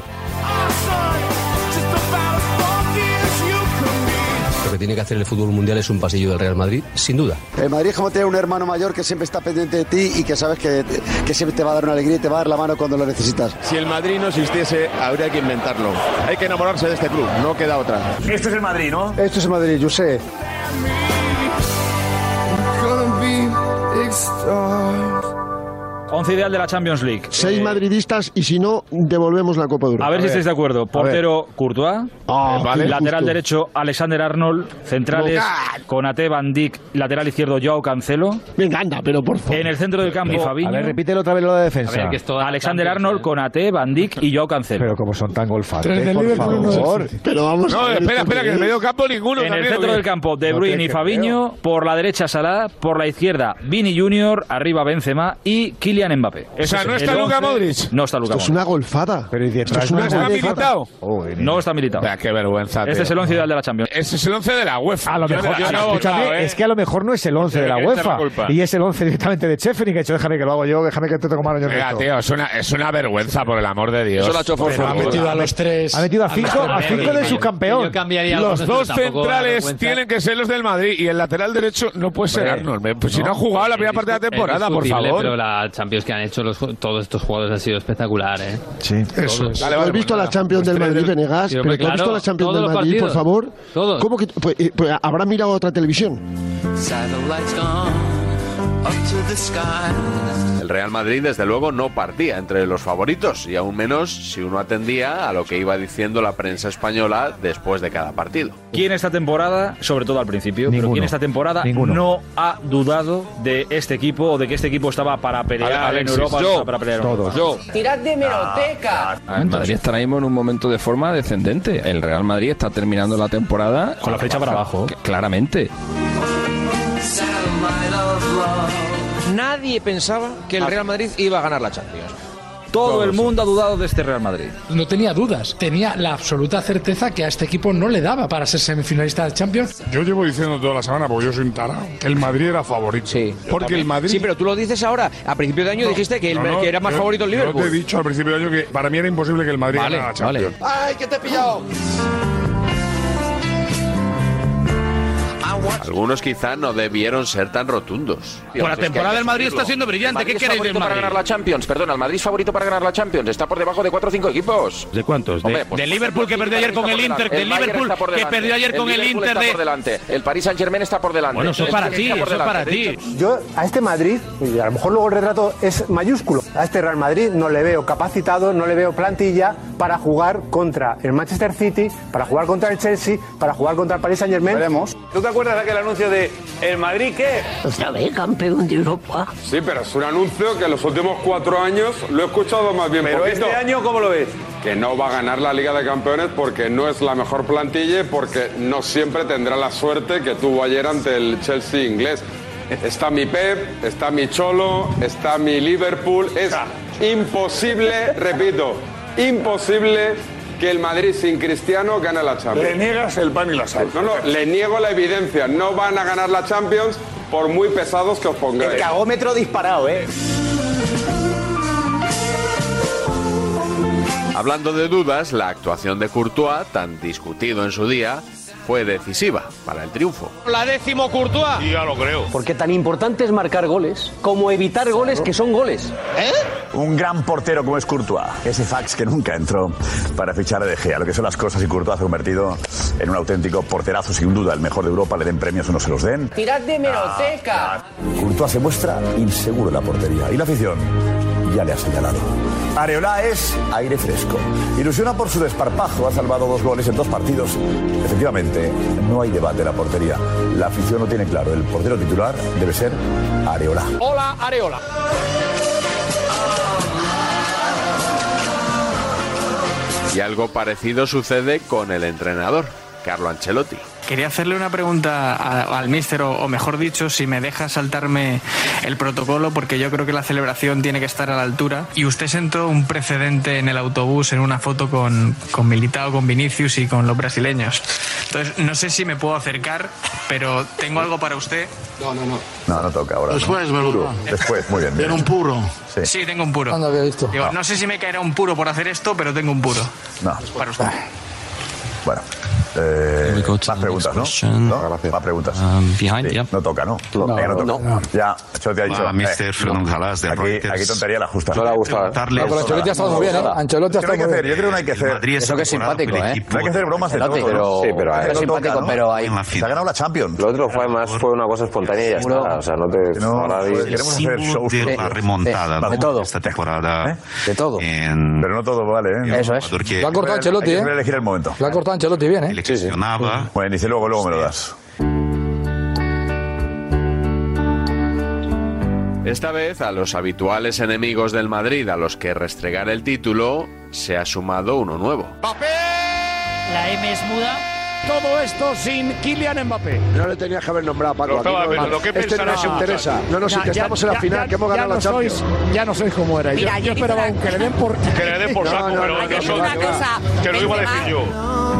Lo que tiene que hacer el fútbol mundial es un pasillo del Real Madrid, sin duda. El Madrid es como tener un hermano mayor que siempre está pendiente de ti y que sabes que, que siempre te va a dar una alegría y te va a dar la mano cuando lo necesitas. Si el Madrid no existiese, habría que inventarlo. Hay que enamorarse de este club, no queda otra. Esto es el Madrid, ¿no? Esto es el Madrid, yo sé. Once ideal de la Champions League. Seis eh... madridistas y si no, devolvemos la Copa de Europa. A ver, a ver si estáis de acuerdo. Portero Courtois. Oh, vale. Lateral justo. derecho Alexander Arnold. Centrales Konaté, Van Dijk. Lateral izquierdo Joao Cancelo. Me encanta, pero por favor. En el centro del campo Fabinho. A ver, repítelo otra vez lo de defensa. A ver, que esto Alexander Arnold, Konaté, Van Dijk y Joao Cancelo. Pero como son tan golfantes, por favor. Pero vamos no, a ver, espera, espera, que en el medio campo ninguno. En el centro del campo De Bruyne no y Fabinho. Por la derecha Salah. Por la izquierda Vini Junior. Arriba Benzema y Kylian Mbappé. Eso no está Luka Modric. No está Luka Modric. Es una golfada. Pero ¿y Esto es una ¿Está militado? Oh, no está militado. Vea, qué vergüenza. Este tío. es el once ideal de la Champions. Este es el once de la UEFA. A lo mejor, yo, yo no escúchame, votado, ¿eh? es que a lo mejor no es el once de la UEFA. Y es el once directamente de Sheffield. Y que he dicho, déjame que lo hago yo, déjame que te toco mano yo. Venga, tío, es una, es una vergüenza, por el amor de Dios. Eso lo ha hecho por Ha metido a los tres. Ha metido a cinco, a cinco de subcampeón. Los dos centrales tienen que ser los del Madrid. Y el lateral derecho no puede ser Arnold. Pues si no ha jugado la primera parte de la temporada, por favor. Pero la Champions que han hecho los, todos estos jugadores ha sido espectacular, ¿eh? Sí, eso es. Vale, vale, ¿has visto la Champions del Madrid, Venegas? ¿Pero tú has visto la Champions del Madrid, por favor? Todos. ¿Cómo que? Pues, pues, ¿habrá mirado otra televisión? El Real Madrid, desde luego, no partía entre los favoritos, y aún menos si uno atendía a lo que iba diciendo la prensa española después de cada partido. ¿Quién esta temporada, sobre todo al principio, Ninguno. pero quién esta temporada Ninguno. no ha dudado de este equipo o de que este equipo estaba para pelear Alexis, en Europa? yo, para pelear todos. Yo. Tirad de meroteca. El Madrid está ahora mismo en un momento de forma descendente. El Real Madrid está terminando la temporada con la flecha para abajo. Claramente. Nadie pensaba que el Real Madrid iba a ganar la Champions. Todo el mundo ha dudado de este Real Madrid. No tenía dudas, tenía la absoluta certeza que a este equipo no le daba para ser semifinalista de Champions. Yo llevo diciendo toda la semana, porque yo soy un tarao, que el Madrid era favorito. Sí. Porque el Madrid... Sí, pero tú lo dices ahora. A principio de año no, dijiste que, el, no, no, que era más yo, favorito el Liverpool. Yo te he dicho al principio de año que para mí era imposible que el Madrid vale, ganara la Champions. Vale. ¡Ay, que te he pillado! Algunos quizá no debieron ser tan rotundos. Pues la temporada del Madrid está siendo brillante. ¿Qué queréis del Madrid? Para ganar la Champions, perdona, el Madrid es favorito para ganar la Champions. Está por debajo de cuatro o cinco equipos. ¿De cuántos? Hombre, de, pues, del Liverpool que perdió ayer con el Inter. Del Liverpool que perdió ayer con el Inter de... por delante. El Paris Saint-Germain está por delante. Bueno, eso es para ti, eso es para ti. Yo a este Madrid, y a lo mejor luego el retrato es mayúsculo, a este Real Madrid no le veo capacitado, no le veo plantilla para jugar contra el Manchester City, para jugar contra el Chelsea, para jugar contra el Paris Saint-Germain. Veremos. ¿Tú te acuerdas de aquel anuncio de el Madrid qué? Otra vez campeón de Europa. Sí, pero es un anuncio que en los últimos cuatro años lo he escuchado más bien Pero poquito. este año, ¿cómo lo ves? Que no va a ganar la Liga de Campeones porque no es la mejor plantilla y porque no siempre tendrá la suerte que tuvo ayer ante el Chelsea inglés. Está mi Pep, está mi Cholo, está mi Liverpool. Es imposible, repito, imposible que el Madrid sin Cristiano gane la Champions. Le niegas el pan y la sal. No, no, le niego la evidencia. No van a ganar la Champions por muy pesados que os pongáis. El cagómetro disparado, ¿eh? Hablando de dudas, la actuación de Courtois, tan discutido en su día, fue decisiva para el triunfo. La décimo Courtois. Sí, ya lo creo. Porque tan importante es marcar goles como evitar goles que son goles. ¿Eh? Un gran portero como es Courtois. Ese fax que nunca entró para fichar a De Gea. Lo que son las cosas, y Courtois se ha convertido en un auténtico porterazo, sin duda, el mejor de Europa. Le den premios o no se los den. ¡Tirad de meroteca! Courtois se muestra inseguro en la portería. Y la afición ya le ha señalado. Areola es aire fresco. Ilusiona por su desparpajo. Ha salvado dos goles en dos partidos. Efectivamente, no hay debate en la portería. La afición lo tiene claro. El portero titular debe ser Areola. Hola, Areola. Y algo parecido sucede con el entrenador, Carlo Ancelotti. Quería hacerle una pregunta a, al míster, o, o mejor dicho, si me deja saltarme el protocolo, porque yo creo que la celebración tiene que estar a la altura. Y usted sentó un precedente en el autobús en una foto con, con Militao, con Vinicius y con los brasileños. Entonces, no sé si me puedo acercar, pero tengo algo para usted. No, no, no. No, no toca ahora. Después, no. ¿verdad? Puro. Después, muy bien. Tiene un puro. Sí. Sí, tengo un puro. ¿Cuándo había visto? Digo, No. no sé si me caerá un puro por hacer esto, pero tengo un puro. No. Para usted. Bueno. Eh, más preguntas, ¿no? ¿No? Más preguntas. Sí. No toca, ¿no? No, no, no toca. No. Ya, Ancelotti ha dicho. Ah, mister Fernando Galás de aquí, Reuters. aquí tontería la justa. No le ha gustado. ¿eh? No, pero Ancelotti ha estado muy bien, ¿eh? Ancelotti ha estado muy bien. Yo creo que no hay que hacer. Eso que es simpático, ¿eh? No hay que hacer bromas de todo. Pero, sí, pero es simpático, pero hay. Se ha ganado la Champions. Lo otro fue más fue una cosa espontánea y ya está. O sea, no te. No, queremos hacer shows de la remontada de todo esta temporada. De todo. Pero no todo vale, ¿eh? Eso es. Lo ha cortado Ancelotti, ¿eh? Hay que elegir el momento. Lo ha cortado Ancelotti bien, ¿eh? Sí, sí. Bueno, dice luego, luego me lo das. Esta vez a los habituales enemigos del Madrid a los que restregar el título se ha sumado uno nuevo. La M es muda. Todo esto sin Kylian Mbappé. No le tenías que haber nombrado, Paco. Lo estaba Aquí no- viendo, ¿qué este no pensará nos ese interesa. muchacho? No nos Ya, interesa. Estamos ya, en la ya, final, ya, que hemos ya ganado la no Champions. sois- ya no sois como era. Mira, yo, yo yo dice esperaba una- que le den por... Que le den por saco, No, no, pero no, que no, eso- no, una cosa, que lo iba a decir yo.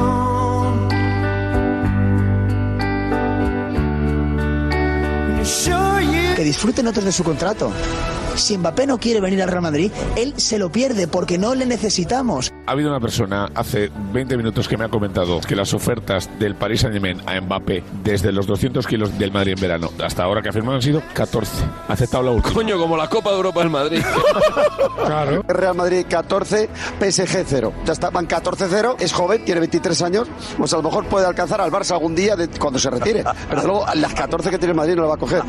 Que disfruten otros de su contrato. Si Mbappé no quiere venir al Real Madrid, él se lo pierde porque no le necesitamos. Ha habido una persona hace veinte minutos que me ha comentado que las ofertas del Paris Saint-Germain a Mbappé desde los doscientos kilos del Madrid en verano hasta ahora que ha firmado han sido catorce. Ha aceptado la última. Coño, como la Copa de Europa del Madrid. Claro. Real Madrid catorce, P S G cero. Ya está, van catorce cero, es joven, tiene veintitrés años, pues a lo mejor puede alcanzar al Barça algún día de, cuando se retire. Pero desde luego las catorce que tiene el Madrid no lo va a coger.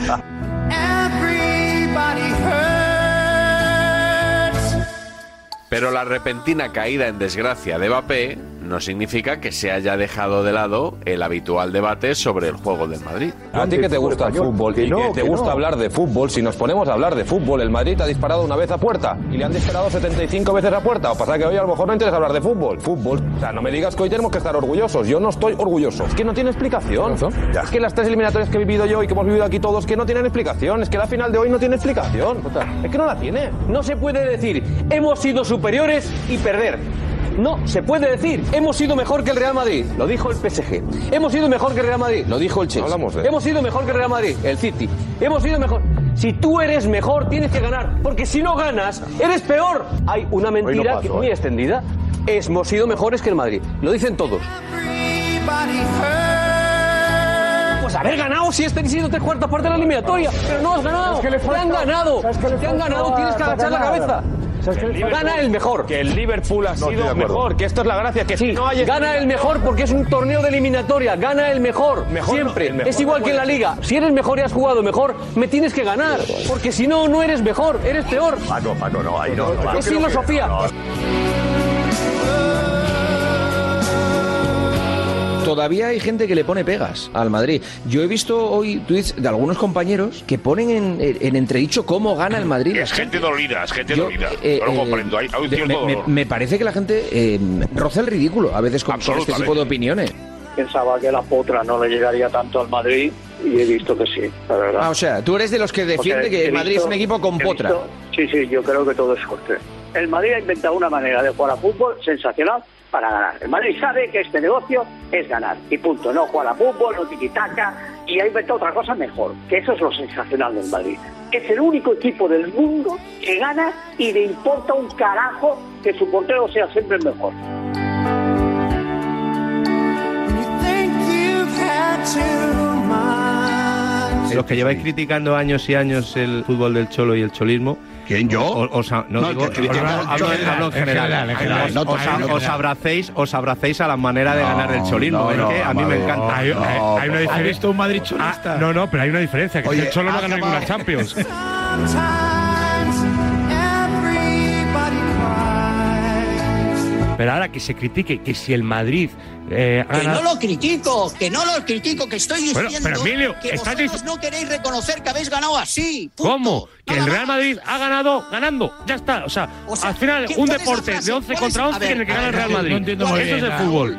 Pero la repentina caída en desgracia de Mbappé no significa que se haya dejado de lado el habitual debate sobre el juego del Madrid. A ti que te gusta el fútbol y que te gusta hablar de fútbol, si nos ponemos a hablar de fútbol, el Madrid ha disparado una vez a puerta y le han disparado setenta y cinco veces a puerta. O pasa que hoy a lo mejor no interesa hablar de fútbol. Fútbol. O sea, no me digas que hoy tenemos que estar orgullosos. Yo no estoy orgulloso. Es que no tiene explicación. Es que las tres eliminatorias que he vivido yo y que hemos vivido aquí todos, que no tienen explicación. Es que la final de hoy no tiene explicación. Es que no la tiene. No se puede decir, hemos sido superiores y perder. No, se puede decir, hemos sido mejor que el Real Madrid, lo dijo el P S G. Hemos sido mejor que el Real Madrid, lo dijo el Chelsea. Hablamos de- Hemos sido mejor que el Real Madrid, el City. Hemos sido mejor. Si tú eres mejor, tienes que ganar, porque si no ganas, eres peor. Hay una mentira paso, que muy ¿eh? extendida. Hemos sido mejores que el Madrid, lo dicen todos. Pues haber ganado si este sido tres cuartas partes de la eliminatoria, pero no has ganado. Es que le te falta- han ganado, ¿sabes qué le te han falta ganado, tienes que para agachar la ganar? cabeza. Gana el mejor. Que el Liverpool ha No, estoy sido de acuerdo. mejor, que esto es la gracia, que Sí, no hay gana el mejor porque es un torneo de eliminatoria, gana el mejor, Mejor no, siempre. el mejor es igual no que en la puede liga, si eres mejor y has jugado mejor, me tienes que ganar, porque si no, no eres mejor, eres peor. Paco, Paco, no, ahí no. Es Paco, filosofía. no, no. Todavía hay gente que le pone pegas al Madrid. Yo he visto hoy tweets de algunos compañeros que ponen en, en entredicho cómo gana el Madrid. Es gente dolida, es gente Yo, dolida. eh, Yo lo eh, comprendo. Hay, hay un de- cierto me, me- dolor. me parece que la gente eh, roza el ridículo a veces con, con este tipo de opiniones. Pensaba que la potra no le llegaría tanto al Madrid y he visto que sí, la verdad. Ah, o sea, tú eres de los que defiende Porque que he el Madrid visto- es un equipo con he potra. visto- sí, sí, yo creo que todo es suerte. El Madrid ha inventado una manera de jugar a fútbol sensacional para ganar. El Madrid sabe que este negocio es ganar y punto. No jugar a fútbol, no tiquitaca, y ha inventado otra cosa mejor, que eso es lo sensacional del Madrid. Es el único equipo del mundo que gana y le importa un carajo que su portero sea siempre el mejor. Los que lleváis criticando años y años el fútbol del cholo y el cholismo. ¿Quién, yo? O, os, no, no digo, que hablo, hablo, hablo en general. En general. Os, os, os, abracéis, os abracéis a la manera de ganar el cholismo. No, es que a mí me encanta. Hay, hay, hay una diferencia. ¿Has visto un Madrid cholista? Ah, no, no, pero hay una diferencia. Que Oye, el cholo no has gana llamado- ninguna Champions. Pero ahora que se critique que si el Madrid eh, Que gana... no lo critico, que no lo critico, que estoy Bueno, diciendo pero, Emilio, que estás vosotros no queréis reconocer que habéis ganado así. punto. ¿Cómo? Que el Real Madrid ha ganado ganando. Ya está. O sea, O sea, al final, ¿qué- un cuál es la deporte frase? de once ¿Cuál es- contra a once ver, en el que a gana el ver, Real no Madrid. entiendo muy Eso es bien, el ah. fútbol.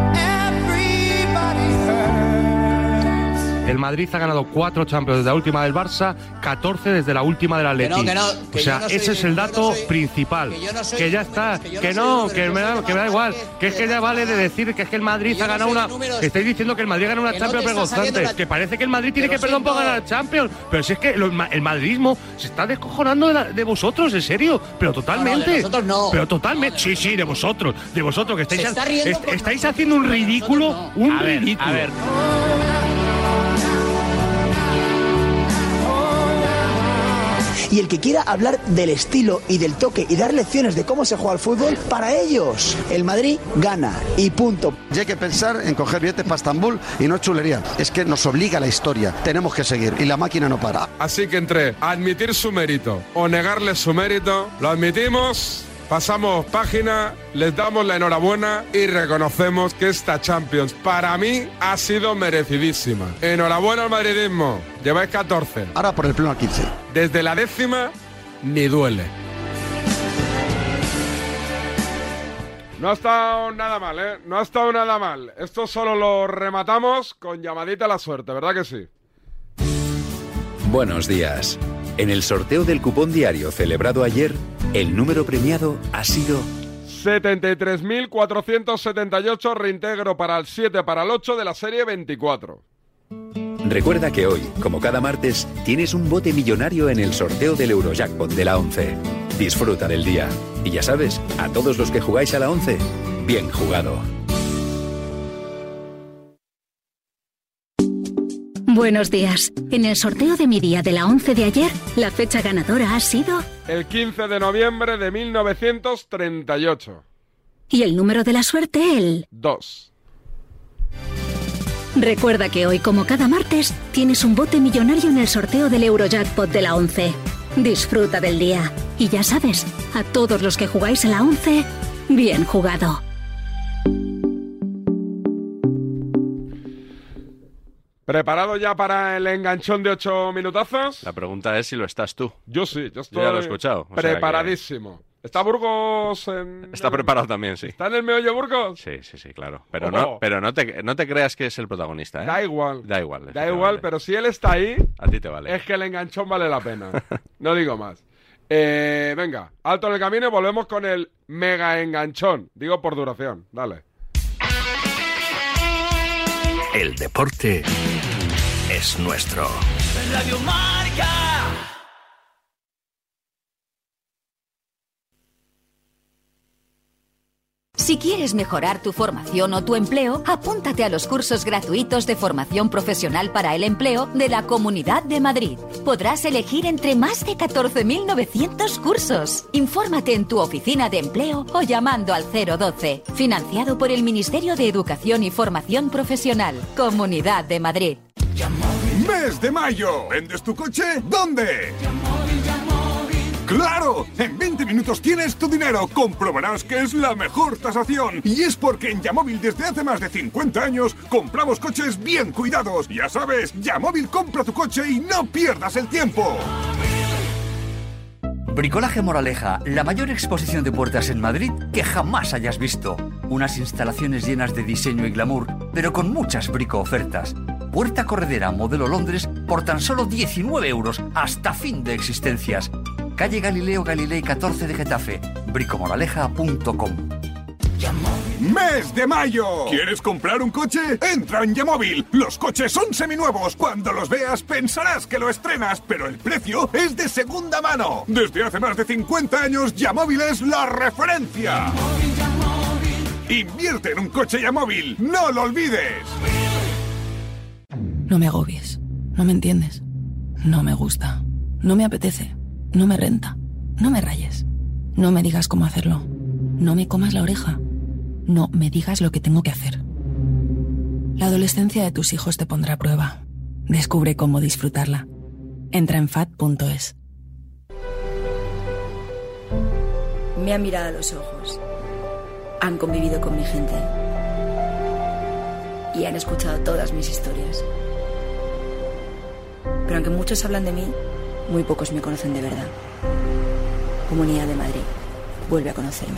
El Madrid ha ganado cuatro Champions desde la última del Barça, catorce desde la última del Atleti. Que no, que no, que o sea, yo no soy- ese es el yo dato no soy- principal. que yo no soy- que ya está. que yo no Que soy no, números, que yo me da, soy que me da igual. números, Que es que ya vale de decir que es que el Madrid yo ha no ganado soy una. números. Que estáis diciendo que el Madrid ha ganado una Que no Champions te está saliendo vergonzante. la- Que parece que el Madrid tiene Pero que perdón por siento- ganar la Champions. Pero si es que lo- el madridismo se está descojonando de, la- de vosotros, en serio. Pero totalmente. de nosotros no. Pero totalmente. Sí, sí, de vosotros. De vosotros. Que estáis, Se está riendo est- por estáis nosotros, haciendo un por ridículo. nosotros Un A ver, ridículo. a ver. Y el que quiera hablar del estilo y del toque y dar lecciones de cómo se juega al fútbol, para ellos, el Madrid gana y punto. Y hay que pensar en coger billetes para Estambul y no es chulería. Es que nos obliga la historia. Tenemos que seguir y la máquina no para. Así que entre admitir su mérito o negarle su mérito, lo admitimos, pasamos página, les damos la enhorabuena y reconocemos que esta Champions para mí ha sido merecidísima. Enhorabuena al madridismo, lleváis catorce. Ahora por el pleno al quince. Desde la décima, ni duele. No ha estado nada mal, ¿eh? No ha estado nada mal. Esto solo lo rematamos con llamadita a la suerte, ¿verdad que sí? Buenos días. En el sorteo del cupón diario celebrado ayer, el número premiado ha sido setenta y tres mil cuatrocientos setenta y ocho, reintegro para el siete, para el ocho de la serie veinticuatro. Recuerda que hoy, como cada martes, tienes un bote millonario en el sorteo del Eurojackpot de la once. Disfruta del día. Y ya sabes, a todos los que jugáis a la once, bien jugado. Buenos días. En el sorteo de mi día de la once de ayer, la fecha ganadora ha sido... El quince de noviembre de mil novecientos treinta y ocho. Y el número de la suerte, el... dos. Recuerda que hoy, como cada martes, tienes un bote millonario en el sorteo del Eurojackpot de la once. Disfruta del día. Y ya sabes, a todos los que jugáis a la once, bien jugado. ¿Preparado ya para el enganchón de ocho minutazos? La pregunta es si lo estás tú. Yo sí, yo estoy Yo ya lo he escuchado. o sea preparadísimo. ¿Está Burgos en...? que Está preparado también, sí. ¿Está en el meollo Burgos? Sí, sí, sí, claro. Pero Oh. no, pero no te, no te creas que es el protagonista, ¿eh? Da igual. Da igual. Da igual, pero si él está ahí, A ti te vale. es que el enganchón vale la pena. No digo más. Eh, venga, alto en el camino y volvemos con el mega enganchón. Digo por duración. Dale. El deporte es nuestro. Radio Marca. Si quieres mejorar tu formación o tu empleo, apúntate a los cursos gratuitos de formación profesional para el empleo de la Comunidad de Madrid. Podrás elegir entre más de catorce mil novecientos cursos. Infórmate en tu oficina de empleo o llamando al cero doce. Financiado por el Ministerio de Educación y Formación Profesional. Comunidad de Madrid. ¡Mes de mayo! ¿Vendes tu coche? ¿Dónde? ¡Claro! En veinte minutos tienes tu dinero. Comprobarás que es la mejor tasación. Y es porque en Yamóvil desde hace más de cincuenta años compramos coches bien cuidados. Ya sabes, Yamóvil compra tu coche y no pierdas el tiempo. Bricolaje Moraleja, la mayor exposición de puertas en Madrid que jamás hayas visto. Unas instalaciones llenas de diseño y glamour, pero con muchas brico ofertas. Puerta corredera modelo Londres por tan solo diecinueve euros hasta fin de existencias. Calle Galileo Galilei catorce de Getafe, bricomoraleja punto com. ¡Mes de mayo! ¿Quieres comprar un coche? Entra en Yamóvil. Los coches son seminuevos. Cuando los veas pensarás que lo estrenas, pero el precio es de segunda mano. Desde hace más de cincuenta años, Yamóvil es la referencia. Invierte en un coche Yamóvil. ¡No lo olvides! No me agobies. No me entiendes. No me gusta. No me apetece. No me renta. No me rayes. No me digas cómo hacerlo. No me comas la oreja. No me digas lo que tengo que hacer. La adolescencia de tus hijos te pondrá a prueba. Descubre cómo disfrutarla. Entra en fat punto es. Me han mirado a los ojos. Han convivido con mi gente. Y han escuchado todas mis historias. Pero aunque muchos hablan de mí, muy pocos me conocen de verdad. Comunidad de Madrid, vuelve a conocerme.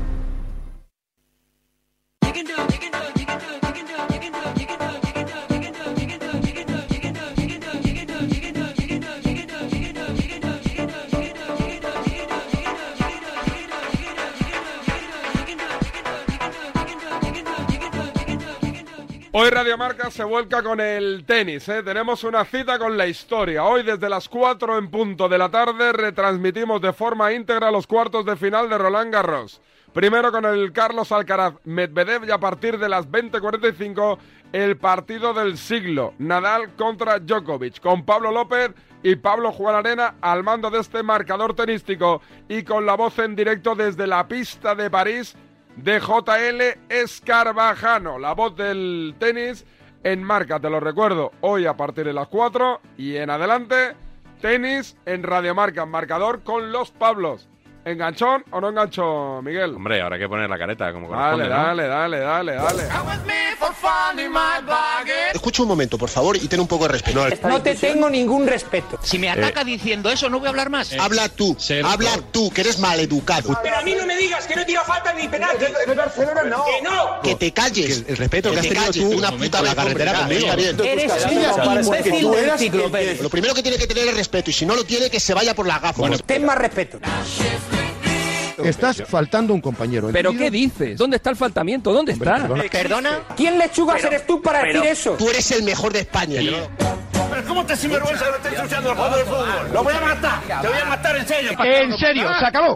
Hoy Radio Marca se vuelca con el tenis, ¿eh? Tenemos una cita con la historia. Hoy desde las cuatro en punto de la tarde retransmitimos de forma íntegra los cuartos de final de Roland Garros. Primero con el Carlos Alcaraz Medvedev y a partir de las veinte cuarenta y cinco el partido del siglo, Nadal contra Djokovic, con Pablo López y Pablo Juan Arena al mando de este marcador tenístico y con la voz en directo desde la pista de París de J L Escarvajano, la voz del tenis en Marca, te lo recuerdo, hoy a partir de las cuatro y en adelante, tenis en Radio Marca, marcador con los Pablos. ¿Enganchón o no enganchón, Miguel? Hombre, ahora hay que poner la careta, como corresponde, ¿no? Dale, dale, dale, dale, dale. Escucha un momento, por favor, y ten un poco de respeto. No, no te tengo ningún respeto. Si me ataca eh. diciendo eso, no voy a hablar más. Eh. Habla tú, Ser habla por... tú, que eres maleducado. Pero a mí no me digas que no tira falta ni penal. De Barcelona no. Que no. Que te calles. Que el respeto que, que has tenido calles, tú una puta en la carretera conmigo. Eres un imbécil del ciclo, Pérez. Lo primero que tiene que tener es respeto, y si no lo tiene, que se vaya por la gafa. Bueno, ten más respeto. Estás faltando un compañero. ¿Pero qué dices? ¿Dónde está el faltamiento? ¿Dónde está? ¿Perdona? ¿Perdona? ¿Quién lechugas pero, eres tú para decir eso? Tú eres el mejor de España. Sí. ¿Pero cómo te sinvergüenza que me estés ensuciando el juego del fútbol? ¡Lo voy a matar! ¡Te voy a matar en serio! En serio, se acabó.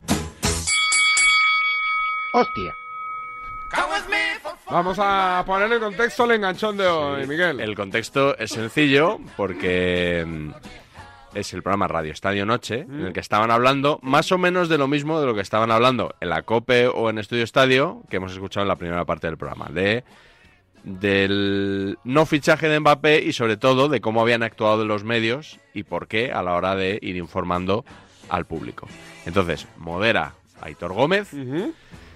Hostia. Vamos a poner en contexto el enganchón de hoy, sí, Miguel. El contexto es sencillo porque es el programa Radio Estadio Noche, mm. en el que estaban hablando más o menos de lo mismo de lo que estaban hablando en la COPE o en Estudio Estadio, que hemos escuchado en la primera parte del programa, de del no fichaje de Mbappé y sobre todo de cómo habían actuado los medios y por qué a la hora de ir informando al público. Entonces, modera Aitor Gómez, uh-huh.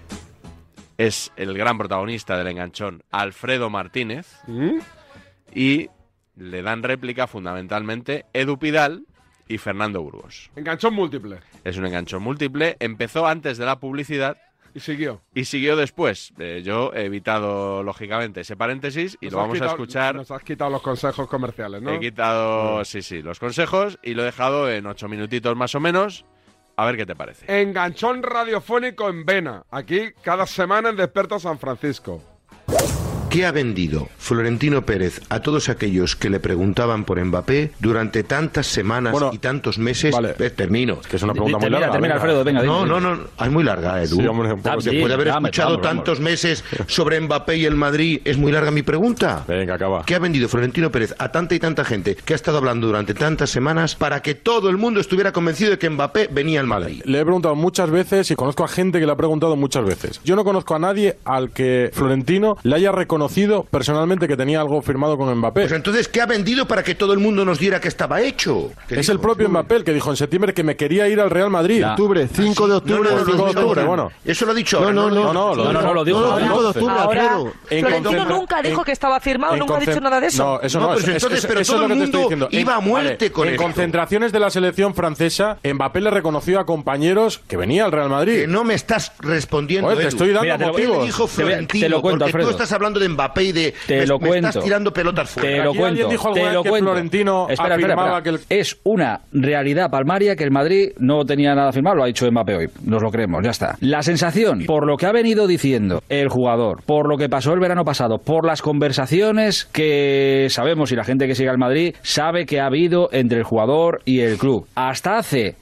es el gran protagonista del enganchón Alfredo Martínez, uh-huh. y le dan réplica fundamentalmente Edu Pidal y Fernando Burgos. Enganchón múltiple. Es un enganchón múltiple. Empezó antes de la publicidad. Y siguió. Y siguió después. Eh, yo he evitado, lógicamente, ese paréntesis y nos lo vamos quitado, a escuchar. Nos has quitado los consejos comerciales, ¿no? He quitado, no. sí, sí, los consejos y lo he dejado en ocho minutitos más o menos. A ver qué te parece. Enganchón radiofónico en Vena. Aquí, cada semana en Desperto San Francisco. ¿Qué ha vendido Florentino Pérez a todos aquellos que le preguntaban por Mbappé durante tantas semanas bueno, y tantos meses? Vale. Eh, termino. Que es una pregunta termina, muy larga. Termina, Alfredo, venga. No, no, no, es muy larga, Edu. Sí, hombre, un poco Después sí, de haber dame, escuchado vamos, tantos vamos. meses sobre Mbappé y el Madrid, ¿es muy larga mi pregunta? Venga, acaba. ¿Qué ha vendido Florentino Pérez a tanta y tanta gente que ha estado hablando durante tantas semanas para que todo el mundo estuviera convencido de que Mbappé venía al Madrid? Le he preguntado muchas veces y conozco a gente que le ha preguntado muchas veces. Yo no conozco a nadie al que Florentino le haya reconocido personalmente que tenía algo firmado con Mbappé. Pues entonces, ¿qué ha vendido para que todo el mundo nos diera que estaba hecho? Es el propio octubre? Mbappé el que dijo en septiembre que me quería ir al Real Madrid. Ya. Octubre, cinco de octubre. No, no, cinco de octubre, bueno. Eso lo ha dicho ahora. No, no, no, no, no, no, no, lo dijo no, cinco de octubre, Alfredo. Florentino nunca dijo que estaba firmado, nunca ha dicho nada de eso. No, eso no, pero es, entonces, es, pero eso todo es lo que el te estoy mundo diciendo. iba a muerte vale, con En esto. concentraciones de la selección francesa, Mbappé le reconoció a compañeros que venía al Real Madrid. Que no me estás respondiendo, Oye, te estoy dando Mira, te motivos. Lo, dijo Florentino, te lo cuento, porque Alfredo. tú estás hablando de Mbappé y de... Te me, lo me cuento. estás tirando pelotas fuera. Te lo cuento, dijo te lo que cuento. Florentino espera, afirmaba espera, espera. que el... Es una realidad palmaria que el Madrid no tenía nada firmado, lo ha dicho Mbappé hoy, nos lo creemos, ya está. La sensación, por lo que ha venido diciendo el jugador, por lo que pasó el verano pasado, por las conversaciones que sabemos y la gente que sigue al Madrid sabe que ha habido entre el jugador y el club. Hasta hace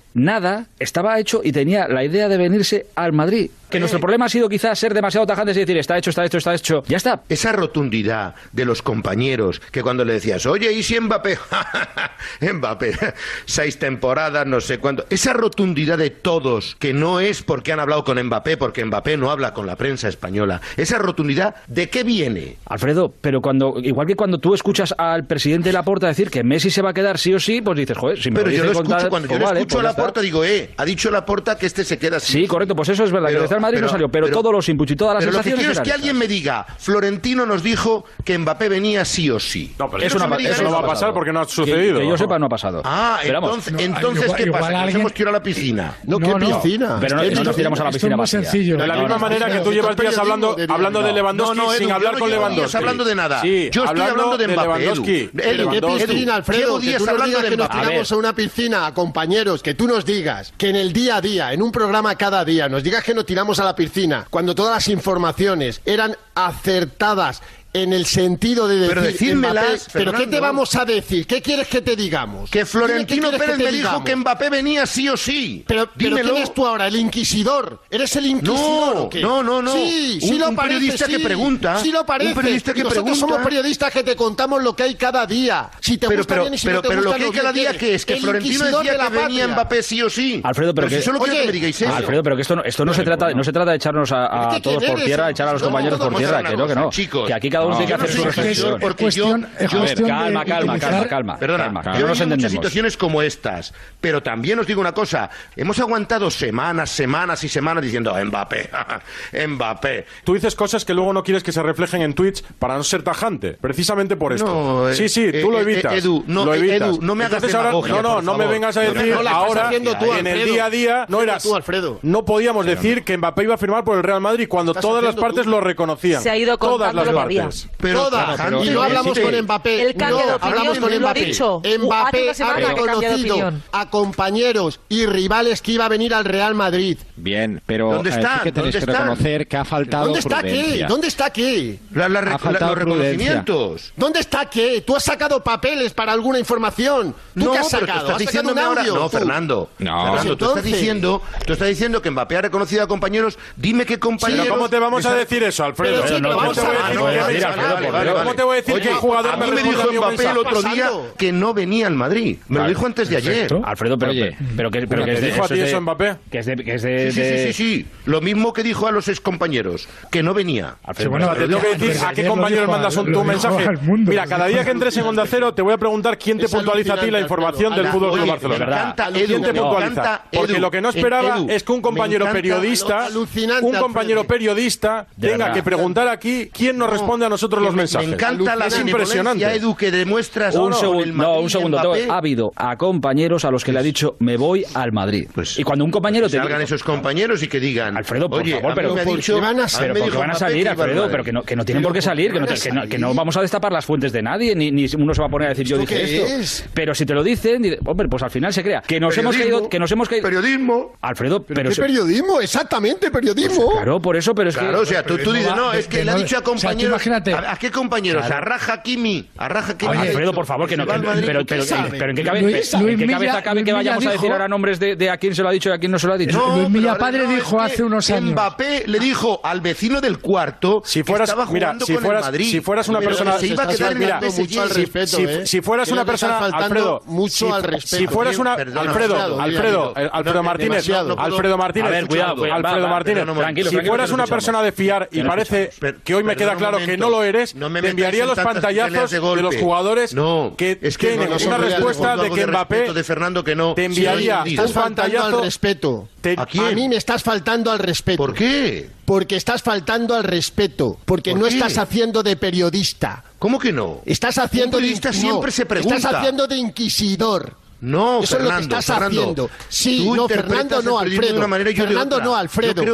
nada, estaba hecho y tenía la idea de venirse al Madrid. Que eh. nuestro problema ha sido quizás ser demasiado tajantes y decir, está hecho, está hecho, está hecho, ya está. Esa rotundidad de los compañeros, que cuando le decías, oye, ¿y si Mbappé? Mbappé, seis temporadas, no sé cuánto. Esa rotundidad de todos, que no es porque han hablado con Mbappé, porque Mbappé no habla con la prensa española. Esa rotundidad, ¿de qué viene? Alfredo, pero cuando, igual que cuando tú escuchas al presidente de Laporta decir que Messi se va a quedar sí o sí, pues dices, joder, si me pero lo yo lo contar, escucho, cuando pues yo vale, lo escucho pues a Laporta, digo, eh, ha dicho Laporta que este se queda así. Sí, correcto, pues eso es verdad, pero, que desde el Madrid pero, no salió, pero, pero todos los inputs y todas las pero sensaciones. Lo que quiero es que esas. alguien me diga, Florentino nos dijo que Mbappé venía sí o sí. No, pero eso, no, eso no va a pasar porque no ha sucedido. Que, que yo sepa, no ha pasado. Ah, pero entonces, no, entonces igual, ¿qué igual pasa? Alguien... ¿Nos hemos tirado a la piscina? No, ¿qué no, piscina? Pero no, no nos tiramos a la piscina vacía. Sencillo. De la misma no, manera que tú llevas días hablando, hablando de Lewandowski no, no, Edu, sin hablar con Lewandowski. No estás hablando de nada. Sí, yo estoy hablando de Mbappé, Edu. Edu, ¿qué piscina, Alfredo? Que tú nos digas que nos tiramos a una piscina a compañeros, que tú nos digas que en el día a día, en un programa cada día, nos digas que nos tiramos a la piscina, cuando todas las informaciones eran acertadas en el sentido de decir... Pero decírmelas, Mbappé, ¿pero qué te vamos a decir? ¿Qué quieres que te digamos? Que Florentino Pérez me dijo que Mbappé venía sí o sí. Pero, pero ¿quién eres tú ahora? ¿El inquisidor? ¿Eres el inquisidor no, o qué? No, no, no. Sí, sí un, lo un parece, periodista sí. que pregunta. Sí lo parece. Un periodista que Nosotros pregunta. somos periodistas que te contamos lo que hay cada día. Si te pero, gusta pero, bien y si pero, no te pero gusta lo que hay cada día, ¿qué es? Que Florentino decía que venía Mbappé sí o sí. Alfredo, pero, pero que... Si solo quiero que me digáis eso. Alfredo, pero que esto no, esto no se trata no se trata de echarnos a, a todos por tierra, echar a los compañeros por tierra, que no, que no. Que aquí cada uno tiene que hacer su reflexión. Porque yo... A ver, calma, calma, calma, calma. Perdona, calma, yo he vivido muchas situaciones como estas, pero también os digo una cosa, hemos aguantado semanas, semanas y semanas diciendo Mbappé, Mbappé. Tú dices cosas que luego no quieres que se reflejen en tweets para no ser tajante, precisamente por esto. No, sí, sí, tú eh, lo evitas. Eh, Edu, no, lo evitas. Edu, no me hagas ahora, demagogia, No, no, por no favor. me vengas a decir no, no, ahora tú, en el día a día no eras tú, Alfredo. No podíamos pero decir no. que Mbappé iba a firmar por el Real Madrid cuando todas las partes tú. lo reconocían. Se ha ido todas las lo partes. Pero todas. Pero, y no hablamos sí. con Mbappé. El cambio no, de opinión, hablamos con lo ha Mbappé. dicho. Mbappé ha reconocido a compañeros y rivales que iba a venir al Real Madrid. Bien, pero ¿dónde está? es que tenéis ¿Dónde que reconocer que ha faltado ¿Dónde está prudencia. qué? ¿Dónde está qué? La, la, ha faltado la, los reconocimientos. ¿Dónde está qué? ¿Tú has sacado papeles para alguna información? ¿Tú no, qué has pero sacado? tú estás diciendo un audio, ahora... No, tú? Fernando. No. Fernando, tú estás diciendo, tú estás diciendo que Mbappé ha reconocido a compañeros. Dime qué compañeros... Pero ¿cómo te vamos a decir eso, Alfredo? Pero sí, no, ¿Cómo, te voy a decir a... que... vale, ¿Cómo te voy a decir Oye, que el jugador a me mí me dijo Mbappé el otro día que no venía al Madrid. Me lo dijo antes de ayer. Alfredo, pero Oye, pero que pero que ¿te dijo a ti eso Mbappé? Que es de que es de sí, sí, sí, sí, lo mismo que dijo a los excompañeros, que no venía. Alfredo, bueno, te tengo que decir a qué compañeros mandas un tu mensaje. Mira, cada día que entres en Onda Cero te voy a preguntar quién te puntualiza a ti la información del Fútbol Club Barcelona. ¿Quién te puntualiza? Porque lo que no esperaba es que un compañero periodista, un compañero periodista tenga que preguntar aquí quién nos responde a nosotros los mensajes. Me encanta la impresionante, Edu, que demuestras un segundo, no, un segundo. Ha habido a compañeros a los que le ha dicho me voy al Madrid. Pues, y cuando un compañero pues te salgan esos compañeros y que digan Alfredo, por oye, favor, pero me ha dicho, ¿qué van a, pero ¿por qué van a salir, Alfredo? Pero que no, que no tienen por qué salir, que no, que, no, que no vamos a destapar las fuentes de nadie, ni, ni uno se va a poner a decir yo dije esto. Es? Pero si te lo dicen, hombre, pues al final se crea. Que nos hemos caído, que nos hemos caído. Periodismo. Alfredo, pero, pero ¿qué se... periodismo? Exactamente, periodismo. Pues claro, por eso, pero es claro, que... o sea, tú, tú dices, no, es que, que le ha dicho a compañeros... O sea, ¿A, ¿A qué compañeros? Claro. A Raja Hakimi. A Raja Hakimi. Oye, Alfredo, por favor, que no... Que, pero, pero, pero, ¿en qué cabeza, Luis, ¿en qué cabeza Luis cabe que vayamos dijo, a decir ahora nombres de, de a quién se lo ha dicho y a quién no se lo ha dicho? No, Luis Milla Padre no, dijo hace unos años... Mbappé le dijo al vecino del cuarto si fueras, que estaba jugando mira, si con fueras, el Madrid. Si fueras una pero persona... Se iba a quedar mira, mucho al respeto, si, ¿eh? si fueras una persona... Alfredo, mucho al respeto. Si fueras una... Alfredo, Alfredo, Alfredo Martínez, Alfredo Martínez, Alfredo Martínez, tranquilo, si fueras una persona de fiar y parece que hoy me queda claro que no lo eres, te enviaría los pantallazos de los jugadores que tienen una respuesta de que Mbappé te enviaría un pantallazo. Respeto. ¿A quién? A mí me estás faltando al respeto. ¿Por qué? Porque estás faltando al respeto. Porque no estás haciendo de periodista. ¿Cómo que no? Estás haciendo un periodista de siempre se pregunta. Estás haciendo de inquisidor. No, Eso Fernando, es lo que estás Fernando, haciendo. Sí, no, Fernando no, Alfredo. Manera, Fernando no, Alfredo. Creo,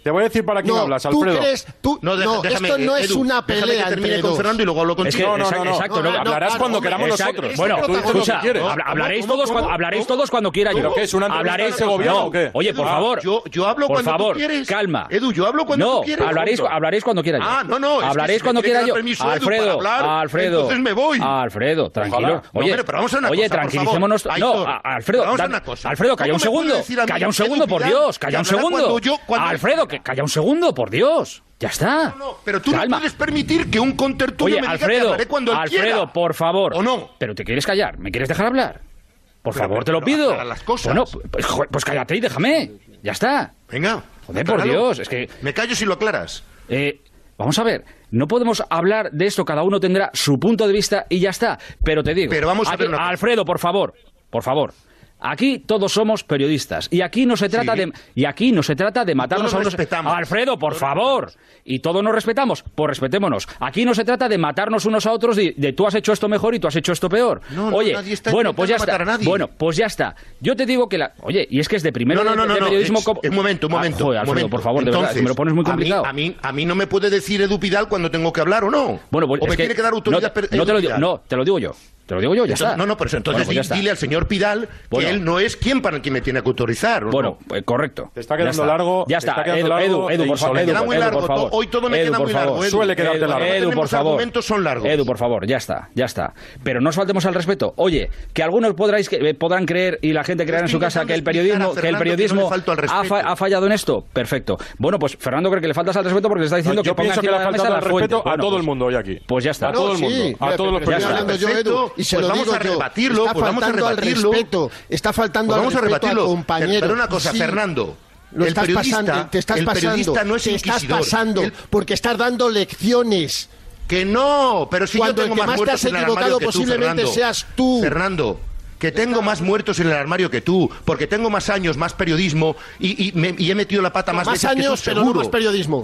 Te voy a decir para quién no, hablas, tú Alfredo. Crees, tú, no, deja, no déjame, esto no eh, es Edu, una pelea déjame que termine entre con dos. Fernando y luego hablo contigo. Es que, no, no, exacto, no, no, exacto, no, no, hablarás no, cuando no, queramos exacto, nosotros. Bueno, tú dices lo que quieres. habla, hablaréis ¿Cómo, todos cómo, cuando, hablaréis cómo? todos cuando quiera yo. ¿Pero qué es, una entrevista hablaréis de Segoviano o qué? Oye, por Ah, favor. Yo, yo hablo por cuando favor, tú quieres. calma. Edu, yo hablo cuando no, tú quieres. hablaréis, punto. hablaréis cuando quiera yo. Ah, no, no. Hablaréis es que cuando si me quiera tiene yo. que dar permiso, Edu, Alfredo, para hablar, Alfredo. entonces me voy. Alfredo, tranquilo. No, Oye, pero, pero vamos a una oye, cosa, por tranquilicémonos. favor. No, Aitor, a- Alfredo, vamos a dame- una cosa. Alfredo, calla un ¿Cómo me puedes segundo. decir a mí, Calla un Edu segundo, por Vidal, Dios. Calla que un hablará segundo. cuando yo- cuando- Alfredo, que calla un segundo, por Dios. Ya está. No, no, pero tú Calma. no puedes permitir que un contertulio Oye, me diga Alfredo, que hablaré cuando él Alfredo, quiera. por favor. ¿O no? Pero te quieres callar, ¿me quieres dejar hablar? Por Pero, favor, te pero lo pido. aclara las cosas. Bueno, pues, joder, pues cállate y déjame. Ya está. Venga. Joder, por acláralo. Dios, es que... Me callo si lo aclaras. Eh, vamos a ver, no podemos hablar de esto, cada uno tendrá su punto de vista y ya está. Pero te digo, Pero vamos a aquí- ver una cosa. Alfredo, por favor, por favor. Aquí todos somos periodistas y aquí no se trata Sí. de y aquí no se trata de matarnos Todos a unos. respetamos. Alfredo, por favor. Y todos nos respetamos, pues respetémonos. Aquí no se trata de matarnos unos a otros de, de tú has hecho esto mejor y tú has hecho esto peor. No, no, Oye, nadie está bueno, pues ya está. intentando matar a nadie. Bueno, pues ya está. Yo te digo que la Oye, y es que es de primero No, no, no, de, de no, no, periodismo es- como- Un momento, un Ah, momento. joder, un Alfredo, momento. por favor, de verdad, Entonces, me lo pones muy complicado. A mí, a mí, a mí no me puede decir Edu Pidal cuando tengo que hablar o no. Bueno, pues o es me que tiene que dar autoridad. no, per- no te lo Edu digo, Pidal. no, te lo digo yo. Te lo digo yo, ya Entonces, está. No, no, pero eso, entonces Bueno, pues ya di- está. dile al señor Pidal Bueno. que él no es quien para quien me tiene que autorizar. ¿o Bueno, no? pues correcto. Te está Ya quedando está. largo. Ya te está. está quedando Edu, largo Edu, Edu, e por favor. insolente. Edu, queda muy Edu, largo, por favor. to- hoy todo me Edu, queda por muy favor. largo, Edu. Suele quedarte Edu, largo. Edu, por Los favor. argumentos son largos. Edu, por favor, ya está, ya está. Pero no os faltemos al respeto. Oye, que algunos podráis, que, eh, podrán creer y la gente creerá en su casa que el periodismo, que el periodismo ha, fa- ha fallado en esto. Perfecto. Bueno, pues Fernando cree que le faltas al respeto porque le está diciendo Yo que ponga pienso que encima le de ha la mesa faltado el la fuente. respeto a Bueno, todo pues- el mundo hoy aquí. Pues ya está. A todo el No, mundo. sí, A todos los pero estoy Ya está. hablando yo, Perfecto. Edu, y se Pues lo vamos digo a yo. rebatirlo, Está pues vamos a faltando al rebatirlo. respeto. Está faltando Pues al vamos a respeto rebatirlo. al compañero. Pero una cosa, Sí. Fernando. Lo el estás periodista, pasando, te estás el periodista pasando, no es te estás inquisidor. pasando, El- porque estás dando lecciones. Que no, pero si Cuando yo tengo el que más más te muertos has en el armario equivocado que tú, posiblemente Fernando. seas tú. Fernando, que tengo más muertos en el armario que tú, porque tengo más años, más periodismo y, y, me- y he metido la pata más, Más veces que años, tú, pero no seguro. más periodismo.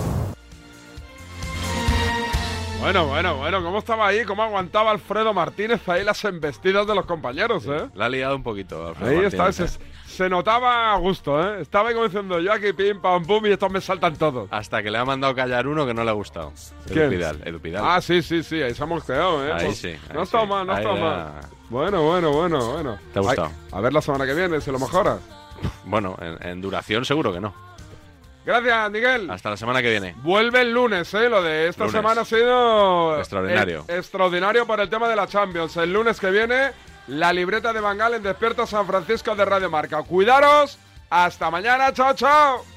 Bueno, bueno, bueno, ¿cómo estaba ahí? ¿Cómo aguantaba Alfredo Martínez ahí las embestidas de los compañeros, eh? La ha liado un poquito, Alfredo Ahí Martínez, está, se, ¿eh? se notaba a gusto, ¿eh? Estaba ahí como diciendo, yo aquí pim, pam, pum, y estos me saltan todos. Hasta que le ha mandado callar uno que no le ha gustado. ¿Quién? Edu Pidal. Edu Pidal. Ah, sí, sí, sí, ahí se ha mosqueado, ¿eh? Ahí Pues, sí, ahí no está sí. mal, no Ahí está ya- mal. Bueno, bueno, bueno, bueno. ¿Te ha gustado? Ay, a ver la semana que viene, si lo mejora. Bueno, en, en duración seguro que no. Gracias, Miguel. Hasta la semana que viene. Vuelve el lunes, ¿eh? Lo de esta Lunes. semana ha sido... Extraordinario. eh, extraordinario por el tema de la Champions. El lunes que viene, la libreta de Bangal en Despierta San Francisco de Radio Marca. Cuidaros. Hasta mañana. Chao, chao.